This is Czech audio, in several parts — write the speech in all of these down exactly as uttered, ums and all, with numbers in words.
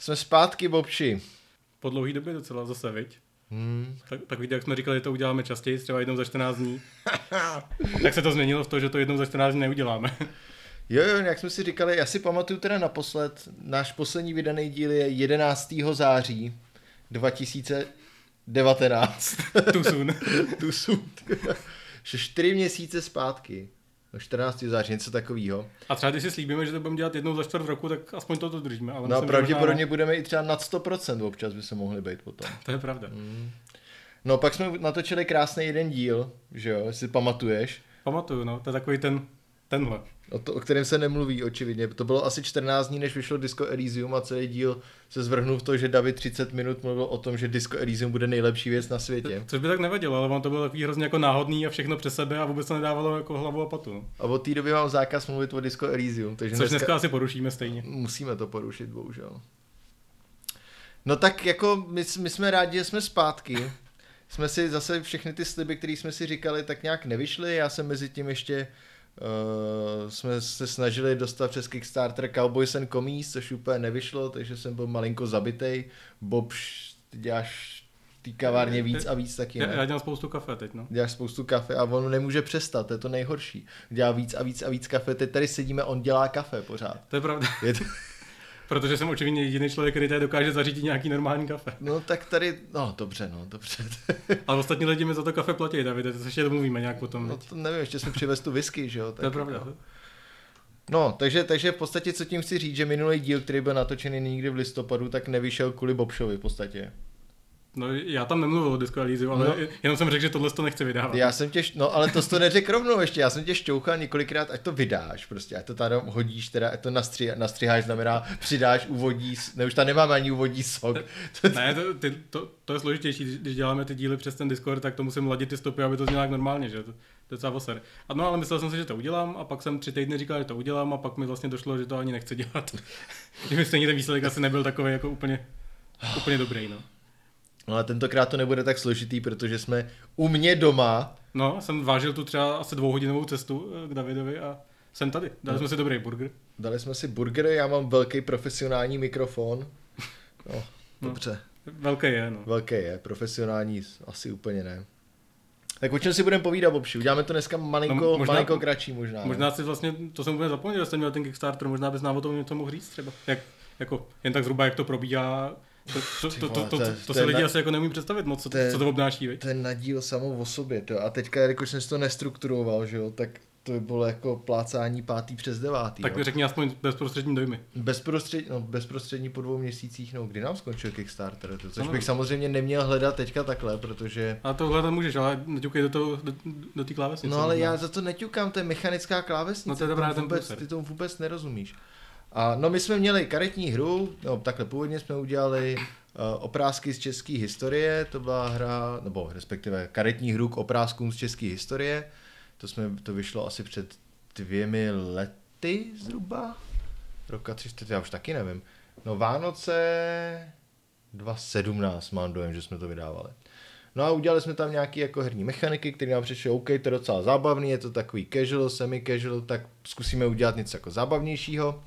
Jsme zpátky, Bobši. Po dlouhý době docela zase, viď? Hmm. Tak, tak víte, jak jsme říkali, že to uděláme častěji, třeba jednou za čtrnáct dní. Tak se to změnilo v to, že to jednou za čtrnáct dní neuděláme. Jo, jo, jak jsme si říkali, já si pamatuju teda naposled, náš poslední vydaný díl je jedenáctého září dva tisíce devatenáct. Too soon. Too soon. Že čtyři měsíce zpátky. No čtrnáctého září, něco takového. A třeba když si slíbíme, že to budeme dělat jednou za čtvrt roku, tak aspoň to držíme. Ale No a myslím, pravděpodobně budeme i třeba nad sto procent občas by se mohli být potom. To je pravda. Hmm. No pak jsme natočili krásný jeden díl, že jo, jestli pamatuješ. Pamatuju, no, to je takový ten, tenhle. O, to, o kterém se nemluví, očividně. To bylo asi čtrnáct dní, než vyšlo Disco Elysium a celý díl se zvrhnul v to, že David třicet minut mluvil o tom, že Disco Elysium bude nejlepší věc na světě. Což by tak nevadilo, ale on to bylo takový hrozně jako náhodný a všechno přes sebe a vůbec to nedávalo jako hlavu a patu. No. A od té doby mám zákaz mluvit o Disco Elysium. Takže Což dneska... dneska asi porušíme stejně. Musíme to porušit, bohužel. No tak jako my, my jsme rádi, že jsme zpátky. Jsme si zase všechny ty sliby, které jsme si říkali, tak nějak nevyšly. Já jsem mezi tím ještě Uh, jsme se snažili dostat přes Kickstarter Cowboys and Commies, což úplně nevyšlo, takže jsem byl malinko zabitej. Bob, ty děláš v té kavárně víc a víc taky, ne? ne? Já dělám spoustu kafe teď, no. Děláš spoustu kafe a on nemůže přestat, to je to nejhorší. Dělá víc a víc a víc kafe, teď tady sedíme, on dělá kafe pořád. To je pravda. Je to... Protože jsem očividně jediný člověk, který tady dokáže zařídit nějaký normální kafe. No tak tady, no dobře, no dobře. Ale ostatní lidi mi za to kafe platí, Davide, to se ještě domluvíme nějak potom. No to nevím, ještě jsme přivez tu whisky, že jo. To je pravda. No, no takže, takže v podstatě co tím chci říct, že minulý díl, který byl natočený někdy v listopadu, tak nevyšel kvůli Bobšovi v podstatě. No já tam nemluvil o Disco Elysium, ale no, jenom jsem řekl, že tohle to nechci vydávat. Já jsem tě, no ale to to neřekl rovnou ještě, já jsem tě šťouchal několikrát, ať to vydáš prostě, ať to tady hodíš, teda ať to nastři, nastřiháš, znamená přidáš úvodní, ne už tam nemáme ani úvodní sok. Ne, to, ty, to, to je složitější, když děláme ty díly přes ten Discord, tak to musím ladit ty stopy, aby to znělo nějak normálně, že to, to je docela voser. A no ale myslel jsem si, že to udělám a pak jsem tři týdny říkal, že to udělám a pak mi vlastně došlo, že to ani nechci dělat. Že mi stejně ten výsledek asi nebyl takový jako úplně, úplně dobrý, no. No ale tentokrát to nebude tak složitý, protože jsme u mě doma. No, jsem vážil tu třeba asi dvouhodinovou cestu k Davidovi a jsem tady. Dali no. jsme si dobrý burger. Dali jsme si burger, já mám velký profesionální mikrofon. No, dobře. No, velký je, no. Velký je, profesionální asi úplně ne. Tak o čem si budeme povídat, Bobši? Uděláme to dneska malinko, no, možná, malinko kratší možná. Možná si vlastně, to jsem úplně zapomněl, že jste měl ten Kickstarter, možná bys nám o tom něco mohl říct třeba. Jak, jako, jen tak zhruba, jak to probíhá. To, to, to, to, to, to, to si lidi na... asi jako neumí představit moc, co to, co to obnáší, viď? To je na díl samou o sobě, to. A teďka, jakož jsem si to nestrukturoval, že jo, tak to by bylo jako plácání pátý přes devátý. Tak mi řekni aspoň bezprostřední dojmy. Bezprostřední, no bezprostřední po dvou měsících, no kdy nám skončil Kickstarter, to, což no, bych samozřejmě neměl hledat teďka takhle, protože... A to hledat můžeš, ale neťukej do toho, do, do té klávesnice. No ale já za to neťukám, to je mechanická klávesnice, no, to je dobrá, ten vůbec, ty tomu vůbec nerozumíš. A no my jsme měli karetní hru, no takhle původně jsme udělali uh, oprázky z české historie, to byla hra, nebo respektive karetní hru k oprázkům z české historie, to jsme, to vyšlo asi před dvěmi lety zhruba, roka tři čtyři, já už taky nevím, no Vánoce dva tisíce sedmnáct mám dojem, že jsme to vydávali. No a udělali jsme tam nějaké jako herní mechaniky, které nám přišly, OK, to je docela zábavný, je to takový casual, semi-casual, tak zkusíme udělat něco jako zábavnějšího.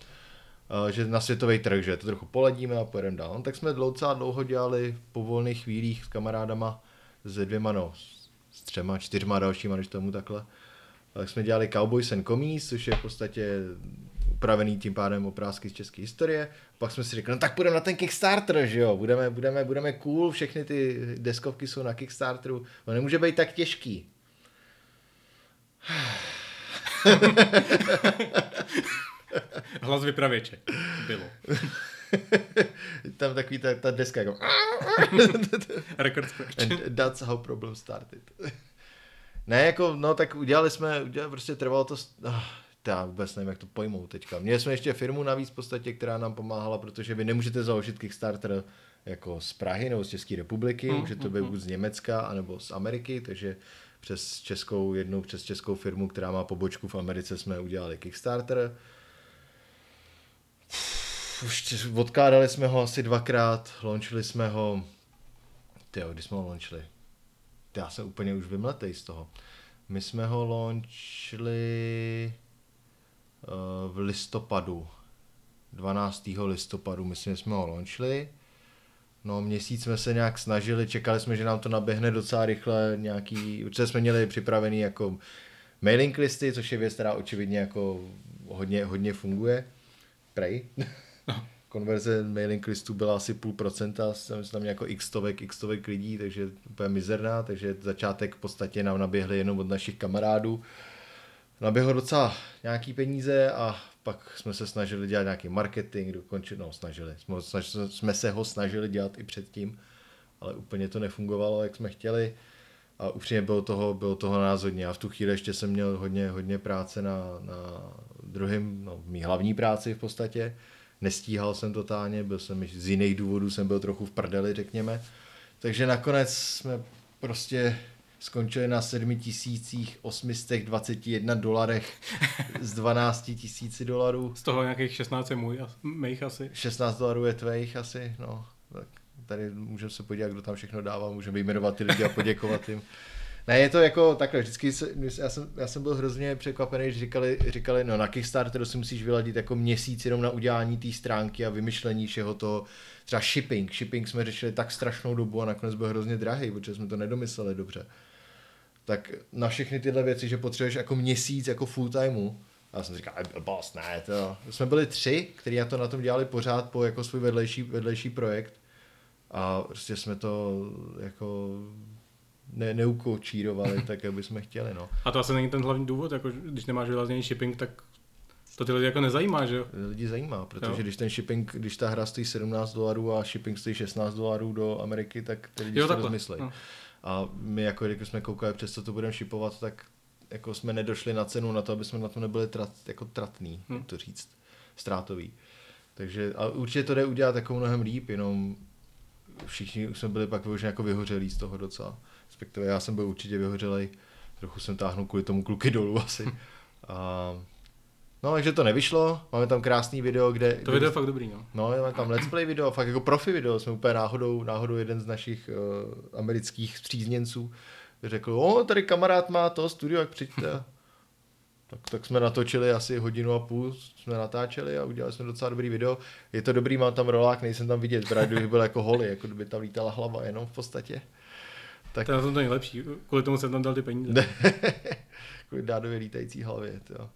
Že na světový trh, že to trochu poladíme a pojedeme dál. No, tak jsme docela dlouho dělali po volných chvílích s kamarádama, se dvěma, no, s třema, čtyřma dalšíma, než tomu takhle. Tak jsme dělali Cowboys and Commies, což je v podstatě upravený tím pádem oprázky z české historie. Pak jsme si řekli, no tak půjdeme na ten Kickstarter, že jo, budeme, budeme, budeme cool, všechny ty deskovky jsou na Kickstarteru, no nemůže být tak těžký. Hlas vypravěče. Bylo. Tam takový ta, ta deska jako... Record scratch. And that's how problem started. Ne, jako, no tak udělali jsme, udělali, prostě trvalo to... Oh, já vůbec nevím, jak to pojmou teďka. Měli jsme ještě firmu navíc v podstatě, která nám pomáhala, protože vy nemůžete založit Kickstarter jako z Prahy nebo z České republiky, mm, může to být mm, buď z Německa, anebo z Ameriky, takže přes českou, jednou přes českou firmu, která má pobočku v Americe, jsme udělali Kickstarter. Už odkládali jsme ho asi dvakrát, launchili jsme ho, tyjo, kdy jsme ho launchili? Já jsem úplně už vymletej z toho. My jsme ho launchili uh, v listopadu dvanáctého listopadu, myslím, že jsme ho launchli. No měsíc jsme se nějak snažili, čekali jsme, že nám to naběhne docela rychle, nějaký, určitě jsme měli připravený jako mailing listy, což je věc, která očividně jako hodně, hodně funguje. Prej. No. Konverze mailing listů byla asi půl procenta, jsem tam jako x stovek, x stovek lidí, takže úplně mizerná, takže začátek v podstatě nám naběhli jenom od našich kamarádů. Naběhlo docela nějaký peníze a pak jsme se snažili dělat nějaký marketing, dokončit, no snažili, jsme, jsme se ho snažili dělat i předtím, ale úplně to nefungovalo, jak jsme chtěli a upřímně bylo toho, bylo toho nás hodně a v tu chvíli ještě jsem měl hodně, hodně práce na, na druhém, no mý hlavní práci v podstatě, nestíhal jsem totálně, byl jsem z jiných důvodů, jsem byl trochu v prdeli, řekněme, takže nakonec jsme prostě skončili na sedm tisíc osm set dvacet jedna dolarech z dvanáct tisíc dolarů. Z toho nějakých šestnáct je můj, mých asi. šestnáct dolarů je tvých asi, no. Tak tady můžeme se podívat, kdo tam všechno dává, můžeme vyjmenovat ty lidi a poděkovat jim. Ne, je to jako takhle, vždycky se, já, jsem, já jsem byl hrozně překvapený, že říkali, říkali, no na Kickstarteru si musíš vyladit jako měsíc jenom na udělání té stránky a vymyšlení všeho toho. Třeba shipping, shipping jsme řešili tak strašnou dobu a nakonec byl hrozně drahý, protože jsme to nedomysleli dobře. Tak na všechny tyhle věci, že potřebuješ jako měsíc jako full timeu. A já jsem říkal, boss, ne, to. Jsme byli tři, kteří na to na tom dělali pořád po jako svůj vedlejší, vedlejší projekt. A prostě jsme to jako ne, neukočírovali tak, jak bychom chtěli, no. A to asi není ten hlavní důvod, jako když nemáš vyladěný shipping, tak to ty lidi jako nezajímá, že jo? Lidi zajímá, protože jo. když ten shipping, když ta hra stojí sedmnáct dolarů a shipping stojí šestnáct dolarů do Ameriky, tak ty lidi jo, to rozmyslejí. No. A my jako, když jsme koukali, přes co to budeme shipovat, tak jako jsme nedošli na cenu na to, aby jsme na to nebyli trat, jako tratný, hmm. jak to říct, ztrátový. Takže a určitě to jde udělat jako mnohem líp, jenom všichni jsme byli pak už jako vyhořelí z toho docela. Respektive já jsem byl určitě vyhořelej, trochu jsem táhnul kvůli tomu kluky dolů asi. A no, takže to nevyšlo, máme tam krásný video, kde... To video je fakt dobrý, no. No, máme tam let's play video, fakt jako profi video, jsme úplně náhodou, náhodou jeden z našich uh, amerických zpřízněnců řekl, o, tady kamarád má to studio, jak přijďte. tak, tak jsme natočili asi hodinu a půl, jsme natáčeli a udělali jsme docela dobrý video. Je to dobrý, mám tam rolák, nejsem tam vidět, právě bych byl jako holý, jako kdyby tam lítala hlava jenom v podstatě. Tak... To je na tom to nejlepší, kvůli tomu jsem tam dal ty peníze. Kvůli dádově lítající hlavě, jo.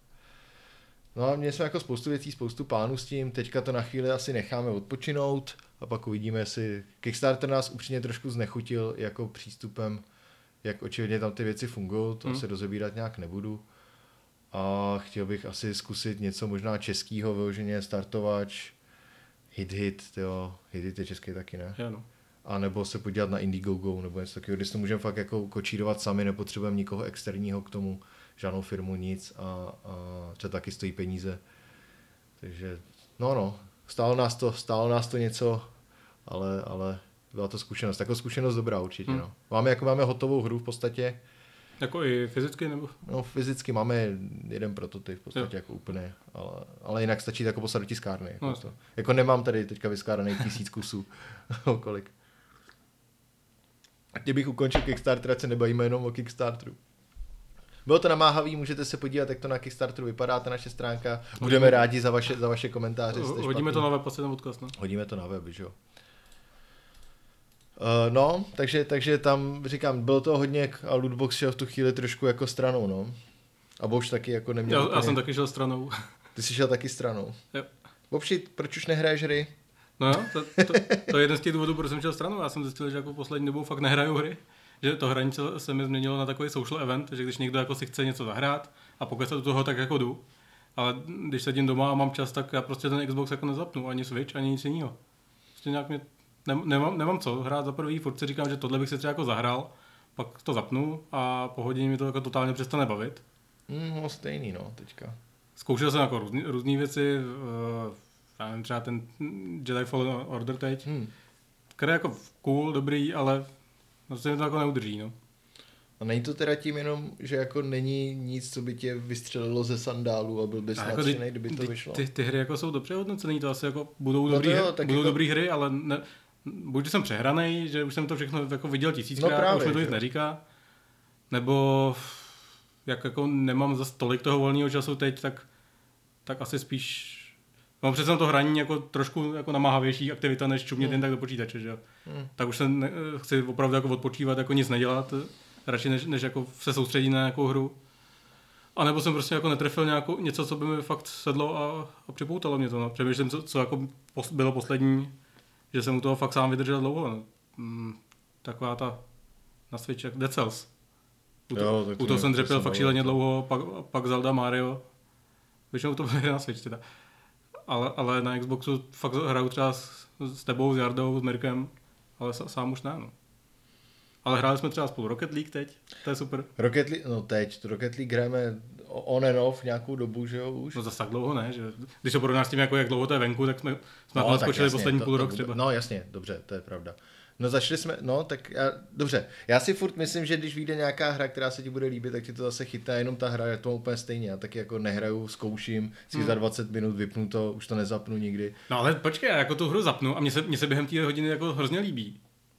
No a měli jsme jako spoustu věcí, spoustu plánů s tím, teďka to na chvíli asi necháme odpočinout a pak uvidíme, jestli Kickstarter nás upřímně trošku znechutil jako přístupem, jak očividně tam ty věci fungují, to hmm. se rozebírat nějak nebudu. A chtěl bych asi zkusit něco možná českýho, vyloženě startovač, hit hit, jo, hit hit je český taky, ne? Ano. A nebo se podívat na Indiegogo nebo něco takového, když to můžeme fakt jako kočírovat sami, nepotřebujeme nikoho externího k tomu, žádnou firmu, nic a, a třeba taky stojí peníze. Takže no no, stálo nás to, stálo nás to něco, ale, ale byla to zkušenost. Jako zkušenost dobrá určitě, hmm. no. Máme jako máme hotovou hru v podstatě. Jako i fyzicky nebo? No fyzicky máme jeden prototyp v podstatě jo. jako úplně, ale, ale jinak stačí jako poslat do tiskárny. Jako, no. to. Jako nemám tady teďka vyskádaných tisíc kusů. Kolik? Kdybych ukončil Kickstarter, ať se nebavíme jenom o Kickstarteru. Bylo to namáhavý, můžete se podívat, jak to na Kickstarteru vypadá, ta naše stránka. Budeme hodíme, rádi za vaše, za vaše komentáře. Hodíme špatný. To na web, asi ten odkaz, no? Hodíme to na web, že jo. Uh, no, takže, takže tam říkám, bylo to hodně a Lootbox šel v tu chvíli trošku jako stranou, no. A Bož taky jako neměl. Já, úplně... já jsem taky šel stranou. Ty jsi šel taky stranou. Jo. Bobši, proč už nehraješ hry? No jo, to, to, to je jeden z těch důvodů, proč jsem šel stranou. Já jsem zjistil, že jako poslední dobou fakt nehraju hry. Že to hraní se mi změnilo na takový social event, že když někdo jako si chce něco zahrát a pokud se do toho, tak jako jdu. Ale když sedím doma a mám čas, tak já prostě ten Xbox jako nezapnu, ani Switch, ani nic jiného. Prostě nějak mě, ne, nemám, nemám co hrát za prvý, furt si říkám, že tohle bych si třeba jako zahrál, pak to zapnu a po hodině mi to jako totálně přestane bavit. Mm, no stejný no, teďka. Zkoušel jsem jako různé věci, uh, já nevím, třeba ten Jedi Fallen Order teď, hmm. který je jako cool, dobrý, ale no se mi to jako neudrží, no. A není to teda tím jenom, že jako není nic, co by tě vystřelilo ze sandálu a byl bys jako nadšenej, kdyby to ty, vyšlo? Ty, ty hry jako jsou dobře hodnocený, to asi jako budou dobrý, no jo, budou jako... dobrý hry, ale ne, buď jsem přehranej, že už jsem to všechno jako viděl tisíckrát, no právě, a už mi to nic neříká, nebo jak jako nemám zas tolik toho volného času teď, tak, tak asi spíš No přece to hraní jako trošku jako namáhavější aktivita, než čumět hmm. jen tak do počítače, že jo. Hmm. Tak už se ne, chci opravdu jako odpočívat, jako nic nedělat, radši než, než jako se soustředit na nějakou hru. A nebo jsem prostě jako netrefil nějakou, něco, co by mi fakt sedlo a, a připoutalo mě to. No. Přemýšlím, co, co jako pos, bylo poslední, že jsem u toho fakt sám vydržel dlouho. No. Hmm, taková ta na Switch, jak Dead Cells. U, to, jo, u toho jsem dřepil fakt šíleně dlouho, pak, pak Zelda, Mario. Většinou to bylo na Switch teda. Ale, ale na Xboxu fakt hraju třeba s, s tebou, s Jardou, s Mirkem, ale sám už ne, no. Ale hráli jsme třeba spolu Rocket League teď, to je super. Rocket League, no teď, Rocket League hrajeme on and off nějakou dobu, že jo, už? No zase tak dlouho ne, že když to porovnáš s tím, jako jak dlouho to je venku, tak jsme, jsme no, skočili poslední to, půl rok to, třeba. No jasně, dobře, to je pravda. No začali jsme, no tak já, dobře, já si furt myslím, že když vyjde nějaká hra, která se ti bude líbit, tak ti to zase chytne, jenom ta hra je to úplně stejně, já taky jako nehraju, zkouším, si hmm. za dvacet minut vypnu to, už to nezapnu nikdy. No ale počkej, já jako tu hru zapnu a mně se, mně se během té hodiny jako hrozně líbí.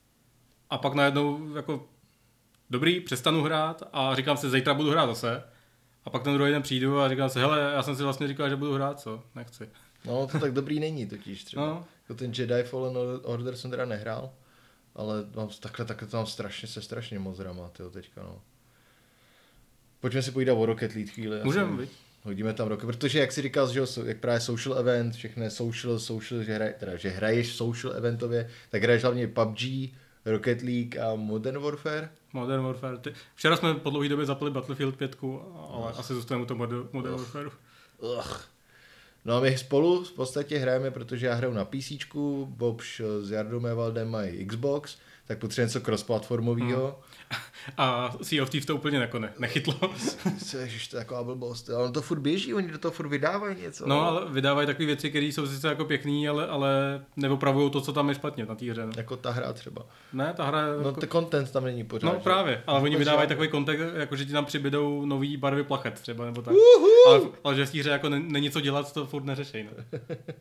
A pak najednou jako dobrý, přestanu hrát a říkám si, zítra budu hrát zase. A pak ten druhý den přijdu a říkám si, hele, já jsem si vlastně říkal, že budu hrát, co? Nechci. No to tak dobrý není totiž třeba. No. Jako ten Jedi Fallen Order jsem teda nehrál. Ale mám, takhle, takhle to mám strašně, se strašně moc drama, tyjo, teďka, no. Pojďme si pojídat o Rocket League chvíli. Můžeme, viď? Hodíme tam Rocket, protože jak jsi říkal, že jo, jak právě social event, všechno je social, social, že, hraj, teda, že hraješ social eventově, tak hraješ hlavně P U B G, Rocket League a Modern Warfare. Modern Warfare. Ty... Včera jsme po dlouhé době zapli Battlefield pět, ale uh. asi zůstaneme u toho Modern Warfare. Ugh. No a my spolu v podstatě hrajeme, protože já hraju na PCčku, Bobš s Jardou Mevaldem mají Xbox, tak potřebujeme něco cross-platformovýho. Hmm. A Sea of Thieves to úplně jako ne, nechytlo. Ježiš, to je taková blbost. Ale to furt běží, oni do toho furt vydávají něco. No, ale vydávají takové věci, které jsou sice jako pěkný, ale, ale neopravují to, co tam je špatně na té hře. No. Jako ta hra třeba. Ne, ta hra... No, jako... ten content tam není pořád. No že? právě, ale oni vydávají takový content, jako že ti tam přibydou nový barvy plachet třeba, nebo tak. Ale, ale že v té hře jako není co dělat, to furt neřešej. No.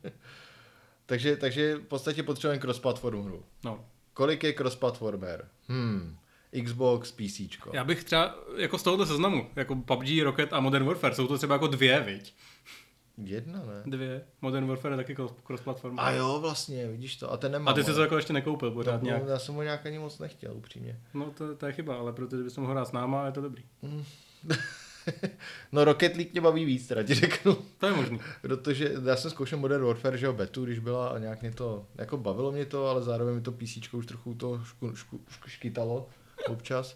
takže, takže v podstatě potřebujeme cross-platform hru. No. Kolik je cross-platformer? Hmm... Xbox, PCčko. Já bych třeba jako z tohoto seznamu, jako P U B G, Rocket a Modern Warfare, jsou to třeba jako dvě, viď? Jedna, ne? Dvě. Modern Warfare je taky cross-platform. A jo, vlastně, vidíš to. A ten nemám. A ty jsi to jako ještě nekoupil pořád no, nějak. Já jsem ho nějak ani moc nechtěl, upřímně. No to, to je chyba, ale protože bys mohl hrát s náma a je to dobrý. Mm. No Rocket League mě baví víc, teda ti řeknu. To je možný. Protože já jsem zkoušel Modern Warfare, že jo, betu, když byla a nějak mě to, jako bavilo mě to, ale zároveň mi to PCčko už trochu to šku, šku, šku, škytalo občas.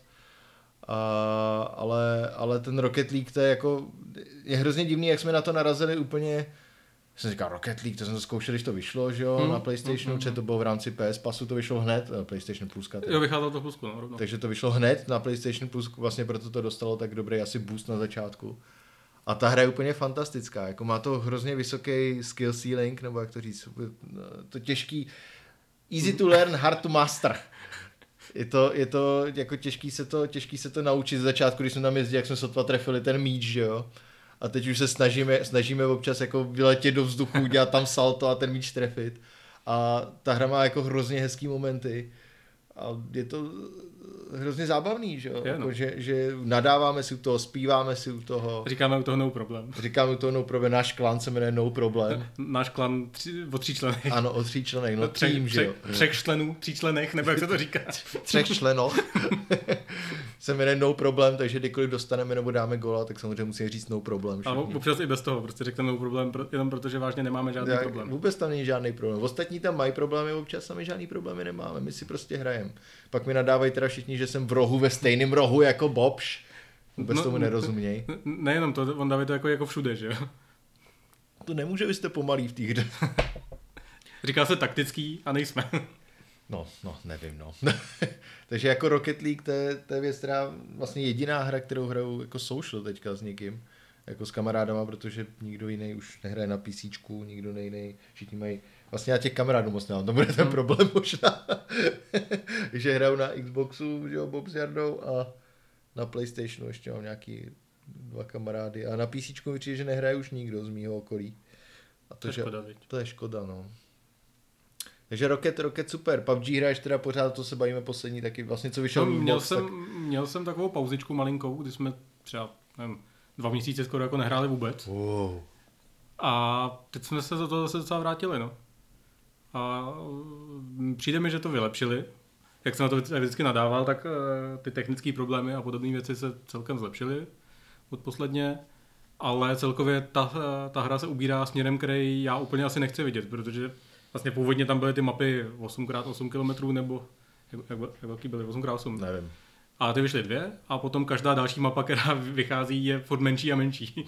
A, ale, ale ten Rocket League, to je jako, je hrozně divný, jak jsme na to narazili úplně, jsem říkal Rocket League, to jsem to zkoušel, když to vyšlo, že jo, hmm. na PlayStationu, hmm. to bylo v rámci P S Passu, to vyšlo hned, PlayStation Pluska. Jo, vycházelo to Plusku, no, rovno. Takže to vyšlo hned na PlayStation Plus, vlastně proto to dostalo tak dobrý asi boost na začátku. A ta hra je úplně fantastická, jako má to hrozně vysoký skill ceiling, nebo jak to říct, to těžký, easy to learn, hard to master. Je to, je to jako těžký se to, těžký se to naučit z začátku, když jsme tam jezdili, jak jsme sotva trefili ten míč, že jo. A teď už se snažíme, snažíme občas jako vyletět do vzduchu, udělat tam salto a ten míč trefit. A ta hra má jako hrozně hezký momenty. A je to hrozně zábavný, že jo? Je, no. Jako, že, že nadáváme si u toho, zpíváme si u toho. Říkáme u toho no problém. Říkáme u toho no problém, náš klan se jmenuje no problém. Náš klan tři, o tří členech. Ano, o tří členech, no Třech, tým, že jo. Třech členů, tří členech, nebo jak se to říká. Třech členoch. se jmenuje no problém, takže kdykoliv dostaneme nebo dáme góla, tak samozřejmě musíme říct no problém. A občas i bez toho, prostě řekneme no problém, jenom protože vážně nemáme žádný Já, problém. Vůbec tam není žádný problém. Ostatní tam mají problémy, občas sami žádný problémy nemáme, my si prostě hrajeme. Pak mi nadávají teda všichni, že jsem v rohu, ve stejném rohu jako Bobš. Vůbec no, tomu nerozuměj. Nejenom to, on dávají to jako, jako všude, že jo? To nemůže, vy jste pomalý v té hře. Říká se taktický a nejsme. No, no, nevím, no. Takže jako Rocket League, to je, to je věc, která vlastně jediná hra, kterou hraju jako social teďka s někým. Jako s kamarádama, protože nikdo jiný už nehraje na PCčku, nikdo jiný, všichni mají. Vlastně já těch kamarádů moc nemám, to bude ten problém možná. že hraju na Xboxu, že jo, Bob s Jardou a na PlayStationu ještě mám nějaký dva kamarády a na PCčku mi přijde, že nehraje už nikdo z mýho okolí. A to, to je že, škoda, to je škoda, no. Takže Rocket, Rocket super. P U B G hraješ teda pořád, to se bavíme poslední taky, vlastně co vyšel. No, měl, moc, jsem, tak... měl jsem takovou pauzičku malinkou, kdy jsme třeba, nevím, dva měsíce skoro jako nehráli vůbec. Wow. A teď jsme se do toho zase docela vrátili, no. A přijde mi, že to vylepšili. Jak jsem na to vždycky nadával, tak ty technické problémy a podobné věci se celkem zlepšily od posledně. Ale celkově ta, ta hra se ubírá směrem, který já úplně asi nechci vidět, protože vlastně původně tam byly ty mapy osm krát osm kilometrů, nebo jak, jak, jak velký byly, osm krát osm? Nevím. A ty vyšly dvě a potom každá další mapa, která vychází, je furt menší a menší.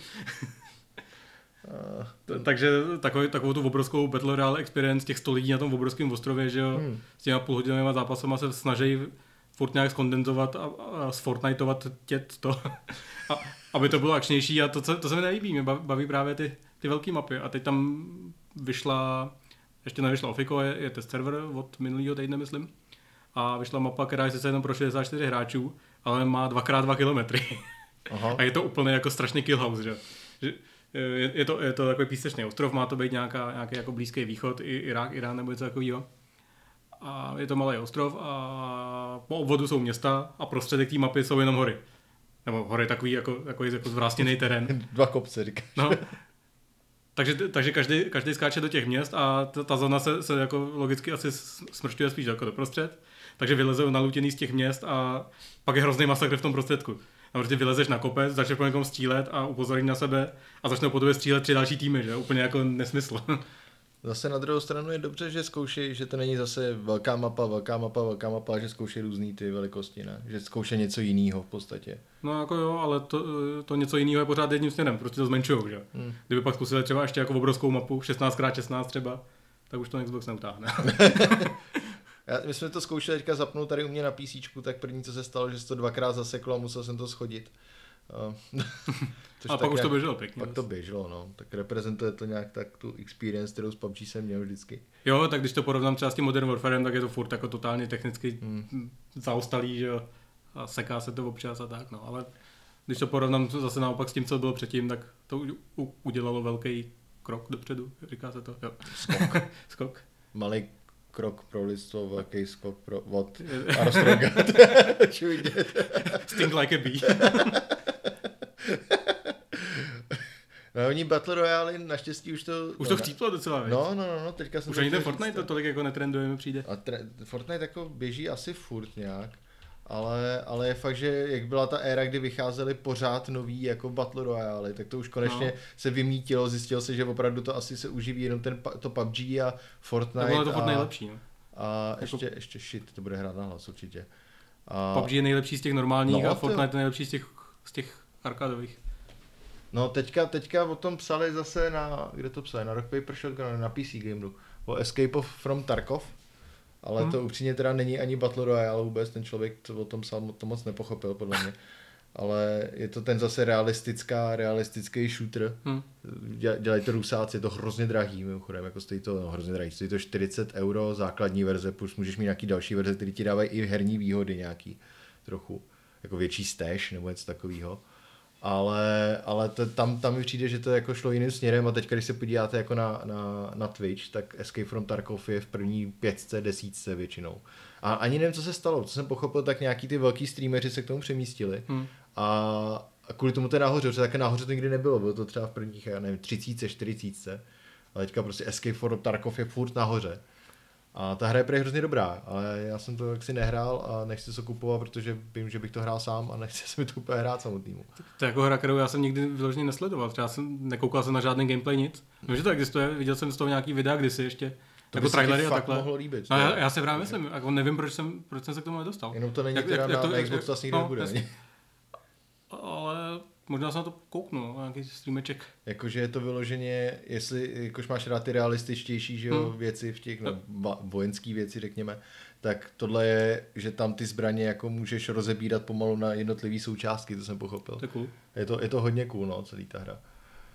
Uh, Takže takový, takovou tu obrovskou Battle Royale experience těch sto lidí na tom obrovském ostrově, že jo, hmm. s těma půlhodinovými zápasama se snaží furt nějak skondenzovat a, a sfortniteovat tě to, a, aby to bylo akčnější a to, co, to se mi nelíbí, mě baví právě ty, ty velké mapy a teď tam vyšla, ještě nevyšla Ofiko, je, je test server od minulého týdne, myslím, a vyšla mapa, která je sice jenom pro šedesát čtyři hráčů, ale má dva krát dva kilometry. Aha. A je to úplně jako strašně killhouse, že? že je, je, to, je to takový písečný ostrov, má to být nějaká, nějaký jako Blízký východ, i Irák, Irán nebo něco takového. A je to malý ostrov a po obvodu jsou města a prostředek té mapy jsou jenom hory. Nebo hory takový jako, takový jako zvrástěný terén. Dva kopce, říkáš. No. Takže, takže každý, každý skáče do těch měst a ta, ta zóna se, se jako logicky asi smršťuje spíš jako doprostřed. Takže vylezou nalutěný z těch měst a pak je hrozný masakr v tom prostředku. A prostě vylezeš na kopec, začneš po někom střílet a upozorní na sebe a začnou po tobě střílet tři další týmy, že? Úplně jako nesmysl. Zase na druhou stranu je dobře, že zkoušej, že to není zase velká mapa, velká mapa, velká mapa, že zkoušej různý ty velikosti, ne? Že zkoušej něco jiného v podstatě. No jako jo, ale to, to něco jiného je pořád jedním směrem, prostě to zmenšujou, že? Hmm. Kdyby pak zkusili třeba ještě jako obrovskou mapu, šestnáct krát šestnáct třeba, tak už to Xbox neutáhne. Já, my jsme to zkoušeli teďka zapnout tady u mě na PCčku, tak první, co se stalo, že se to dvakrát zaseklo a musel jsem to schodit. Uh, a pak už to běželo pěkně. Pak to běželo, no. Tak reprezentuje to nějak tak tu experience, kterou s P U B G jsem měl vždycky. Jo, tak když to porovnám třeba s tím Modern Warfarem, tak je to furt jako totálně technicky hmm. zaostalý, že jo. A seká se to občas a tak, no. Ale když to porovnám zase naopak s tím, co bylo předtím, tak to u- udělalo velký krok dopředu, říká se to. Jo. Skok. Skok. Malý krok pro lidstvo, velký skok pro vod. Armstronga. Sting like a bee. No, oni Battle Royale naštěstí už to... Už to chcíplo docela, víc. No, no, no, no, teďka jsem... Už ani ten Fortnite to tolik jako netrenduje, mi přijde. A tre- Fortnite jako běží asi furt nějak, ale, ale je fakt, že jak byla ta éra, kdy vycházely pořád nový jako Battle Royale, tak to už konečně no. se vymítilo, zjistilo se, že opravdu to asi se uživí jenom ten, to P U B G a Fortnite. To bylo to furt a, nejlepší, no. A jako... ještě, ještě shit, to bude hrát na hlas určitě. A... P U B G je nejlepší z těch normálních no, a Fortnite je nejlepší z těch, z těch arkádových. No teďka, teďka o tom psali zase na, kde to psali, na Rock Paper Shotgun, na P C Gameru, o Escape from Tarkov, ale hmm. to upřímně teda není ani Battle Royale vůbec, ten člověk co o tom psal, to moc nepochopil podle mě, ale je to ten zase realistická, realistický shooter, hmm. dělají to Rusáci, je to hrozně drahý mimochodem, jako stojí to, no hrozně drahý, stojí to čtyřicet euro základní verze, plus můžeš mít nějaký další verze, které ti dávají i herní výhody nějaký, trochu, jako větší stash nebo něco takového. Ale, ale to, tam, tam mi přijde, že to jako šlo jiným směrem a teď, když se podíváte jako na, na, na Twitch, tak Escape from Tarkov je v první pětce, desítce většinou. A ani nevím, co se stalo, co jsem pochopil, tak nějaký ty velký streameři se k tomu přemístili hmm. a, a kvůli tomu to je nahoře, protože také nahoře to nikdy nebylo, bylo to třeba v prvních, já nevím, třicítce, čtyřicítce, ale teďka prostě Escape from Tarkov je furt nahoře. A ta hra je prý hrozně dobrá, ale já jsem to jaksi nehrál a nechci se kupovat, protože vím, že bych to hrál sám a nechci se mi to úplně hrát samotnýmu. To je jako hra, kterou já jsem nikdy vyloženě nesledoval, třeba jsem nekoukal jsem na žádný gameplay, nic. Vím, že to existuje, viděl jsem z toho nějaký videa kdysi ještě, to jako trailery a takhle. Mohlo líbit. No, já, já si právě myslím, jako nevím, proč jsem, proč jsem se k tomu nedostal. Jenom to není jak, teda jak, na, to, na Xbox, to asi nikdy no, nebude. Jasný. Ale možná se na to kouknu, nějaký streameček. Jakože je to vyloženě, jestli jakož máš rád ty realističtější že jo, hmm. věci v těch, no, vojenský věci řekněme, tak tohle je, že tam ty zbraně jako můžeš rozebírat pomalu na jednotlivé součástky, to jsem pochopil. To je cool. Je to, je to hodně cool, no, celý ta hra.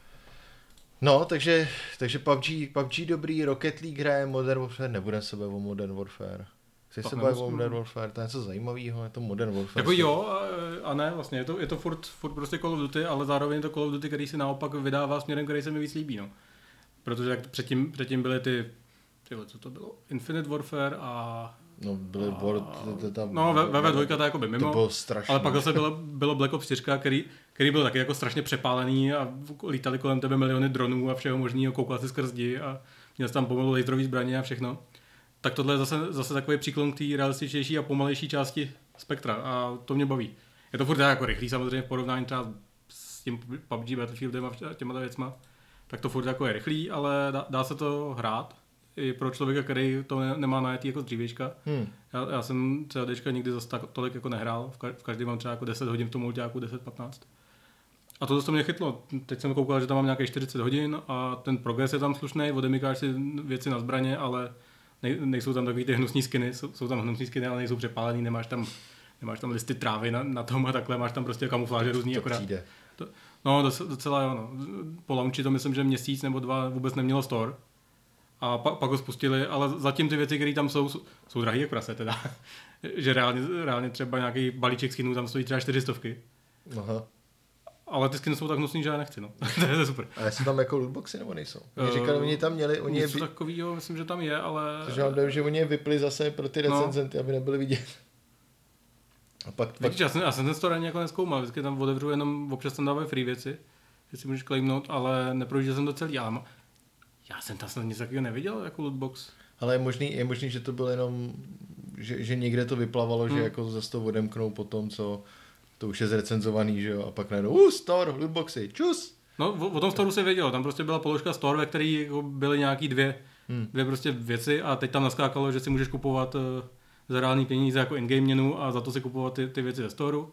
No, takže, takže P U B G, P U B G dobrý, Rocket League hraje, Modern Warfare, nebudeme se bavit o Modern Warfare. Chceš se bavit o Modern Warfare, to je něco zajímavého, je to Modern Warfare. Jako jo a, a ne, vlastně, je to, je to furt, furt prostě Call of Duty, ale zároveň je to Call of Duty, který si naopak vydává směrem, který se mi víc líbí, no. Protože jak předtím, předtím byly ty, tyhle, co to bylo, Infinite Warfare a No, byly World, to, to tam... No, ve ve dvě to jako by mimo, to bylo strašný. Ale pak zase bylo, bylo Black Ops čtyři, který, který byl taky jako strašně přepálený a lítali kolem tebe miliony dronů a všeho možného, koukal si skrz zdi a měl jsi tam pomalu laserový zbraně a všechno. Tak tohle je zase, zase takový příklon k té realističtější a pomalejší části spektra a to mě baví. Je to furt jako rychlý samozřejmě v porovnání třeba s tím P U B G, Battlefieldem a těma věcma. Tak to furt jako je rychlý, ale dá, dá se to hrát. I pro člověka, který to ne, nemá najetý jako z dřívěčka. Hmm. Já, já jsem C D čka nikdy zase tak, tolik jako nehrál. V, ka, v každý mám třeba jako deset hodin v tom multiáku, deset patnáct. A to to mě chytlo. Teď jsem koukal, že tam mám nějakých čtyřicet hodin a ten progres je tam slušný, odemykáš si věci na zbraně, ale nej, nejsou tam takový ty hnusný skiny, jsou, jsou tam hnusný skiny, ale nejsou přepálený, nemáš tam, nemáš tam listy trávy na, na tom a takhle, máš tam prostě kamufláže různý. To akorát. Přijde. To, no docela jo. No. Po launchi to myslím, že měsíc nebo dva vůbec nemělo store. A pak, pak ho spustili, ale zatím ty věci, které tam jsou, jsou, jsou drahý jak prase teda. Že reálně, reálně třeba nějaký balíček skinů tam stojí třeba čtyři stovky. Aha. Ale ty skiny jsou tak hnusný, že já nechci, no. To je super. A jsou tam jako lootboxy nebo nejsou? Oni uh, říkali, oni tam měli... Oni něco je... takovýho, myslím, že tam je, ale... Takže mám dojem, že oni je vypli zase pro ty recenzenty, no. Aby nebyly vidět. A pak... Vidíš, pak... já, jsem, já jsem ten store ani jako nezkoumal, vždycky tam otevřu jenom, občas tam dávají free věci, že si můžeš claimnout, ale neprožil jsem to celý, ale já jsem tam snad nic takového neviděl, jako lootbox. Ale je možný, je možný, že to bylo jenom, že, že někde to vyplavalo, hmm. že jako zase to odemknou po tom, co to už je zrecenzovaný, že jo, a pak najednou, uh, store, lootboxy, čus. No, o, o tom storeu se vědělo, tam prostě byla položka store, ve které jako byly nějaký dvě, hmm. dvě prostě věci a teď tam naskákalo, že si můžeš kupovat uh, za reální peníze jako in-game měnu a za to si kupovat ty, ty věci ze storeu.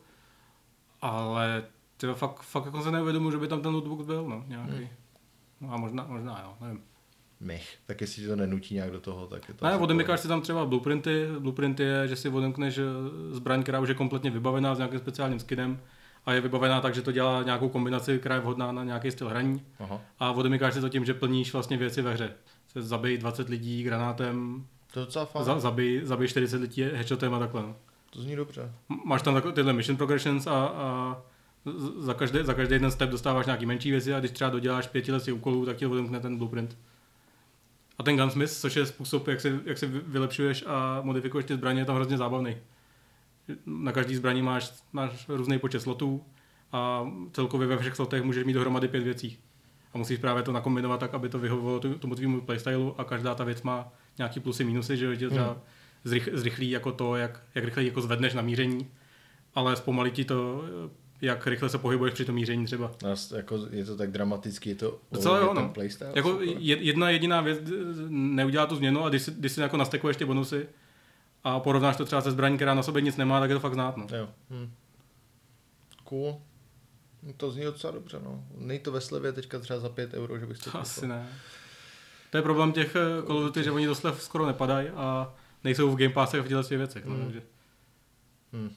Ale tyhle, fakt, fakt jako se neuvědomuji, že by tam ten lootbox byl, no, nějaký. Hmm. No a možná, možná jo, nevím. Mech, tak jestli to nenutí nějak do toho, tak je to... Ne, odemykáš si tam třeba blueprinty, blueprinty je, že si odemkneš zbraň, která už je kompletně vybavená s nějakým speciálním skinem a je vybavená tak, že to dělá nějakou kombinaci, která je vhodná na nějaký styl hraní. Aha. A odemykáš si to tím, že plníš vlastně věci ve hře. Se zabij dvacet lidí granátem, to je docela fajn. Za, zabij, zabij čtyřicet lidí headshotem a takhle. No. To zní dobře. Máš tam takové tyhle mission progressions a, a za, každý, za každý jeden step dostáváš nějaký menší věci a když třeba doděláš pěti lesy úkolů, tak ti odemkne ten blueprint. A ten gunsmith, což je způsob, jak si, jak si vylepšuješ a modifikuješ ty zbraně, je tam hrozně zábavný. Na každý zbraní máš, máš různý počet slotů a celkově ve všech slotech můžeš mít dohromady pět věcí. A musíš právě to nakombinovat tak, aby to vyhovovalo tomu tvému playstylu a každá ta věc má nějaký plusy, minusy, že tě třeba hmm. zrych, zrychlí jako to, jak, jak rychle jako zvedneš na míření, ale zpomalí ti to, jak rychle se pohybuješ při tom míření třeba. Nás, jako je to tak dramatický, je to docela jo, no. Jako jedna jediná věc neudělá tu změnu a když si, když si jako nastekuješ ty bonusy a porovnáš to třeba se zbraní, která na sobě nic nemá, tak je to fakt znát. No. Jo. Hm. Cool. To zní docela dobře, no. Nej to ve slevě teďka třeba za pět euro, že bych to asi ne. To je problém těch Call of Duty, že oni do slev skoro nepadají a nejsou v Game Passech v těchto věcech. No, hmm. takže. Hmm.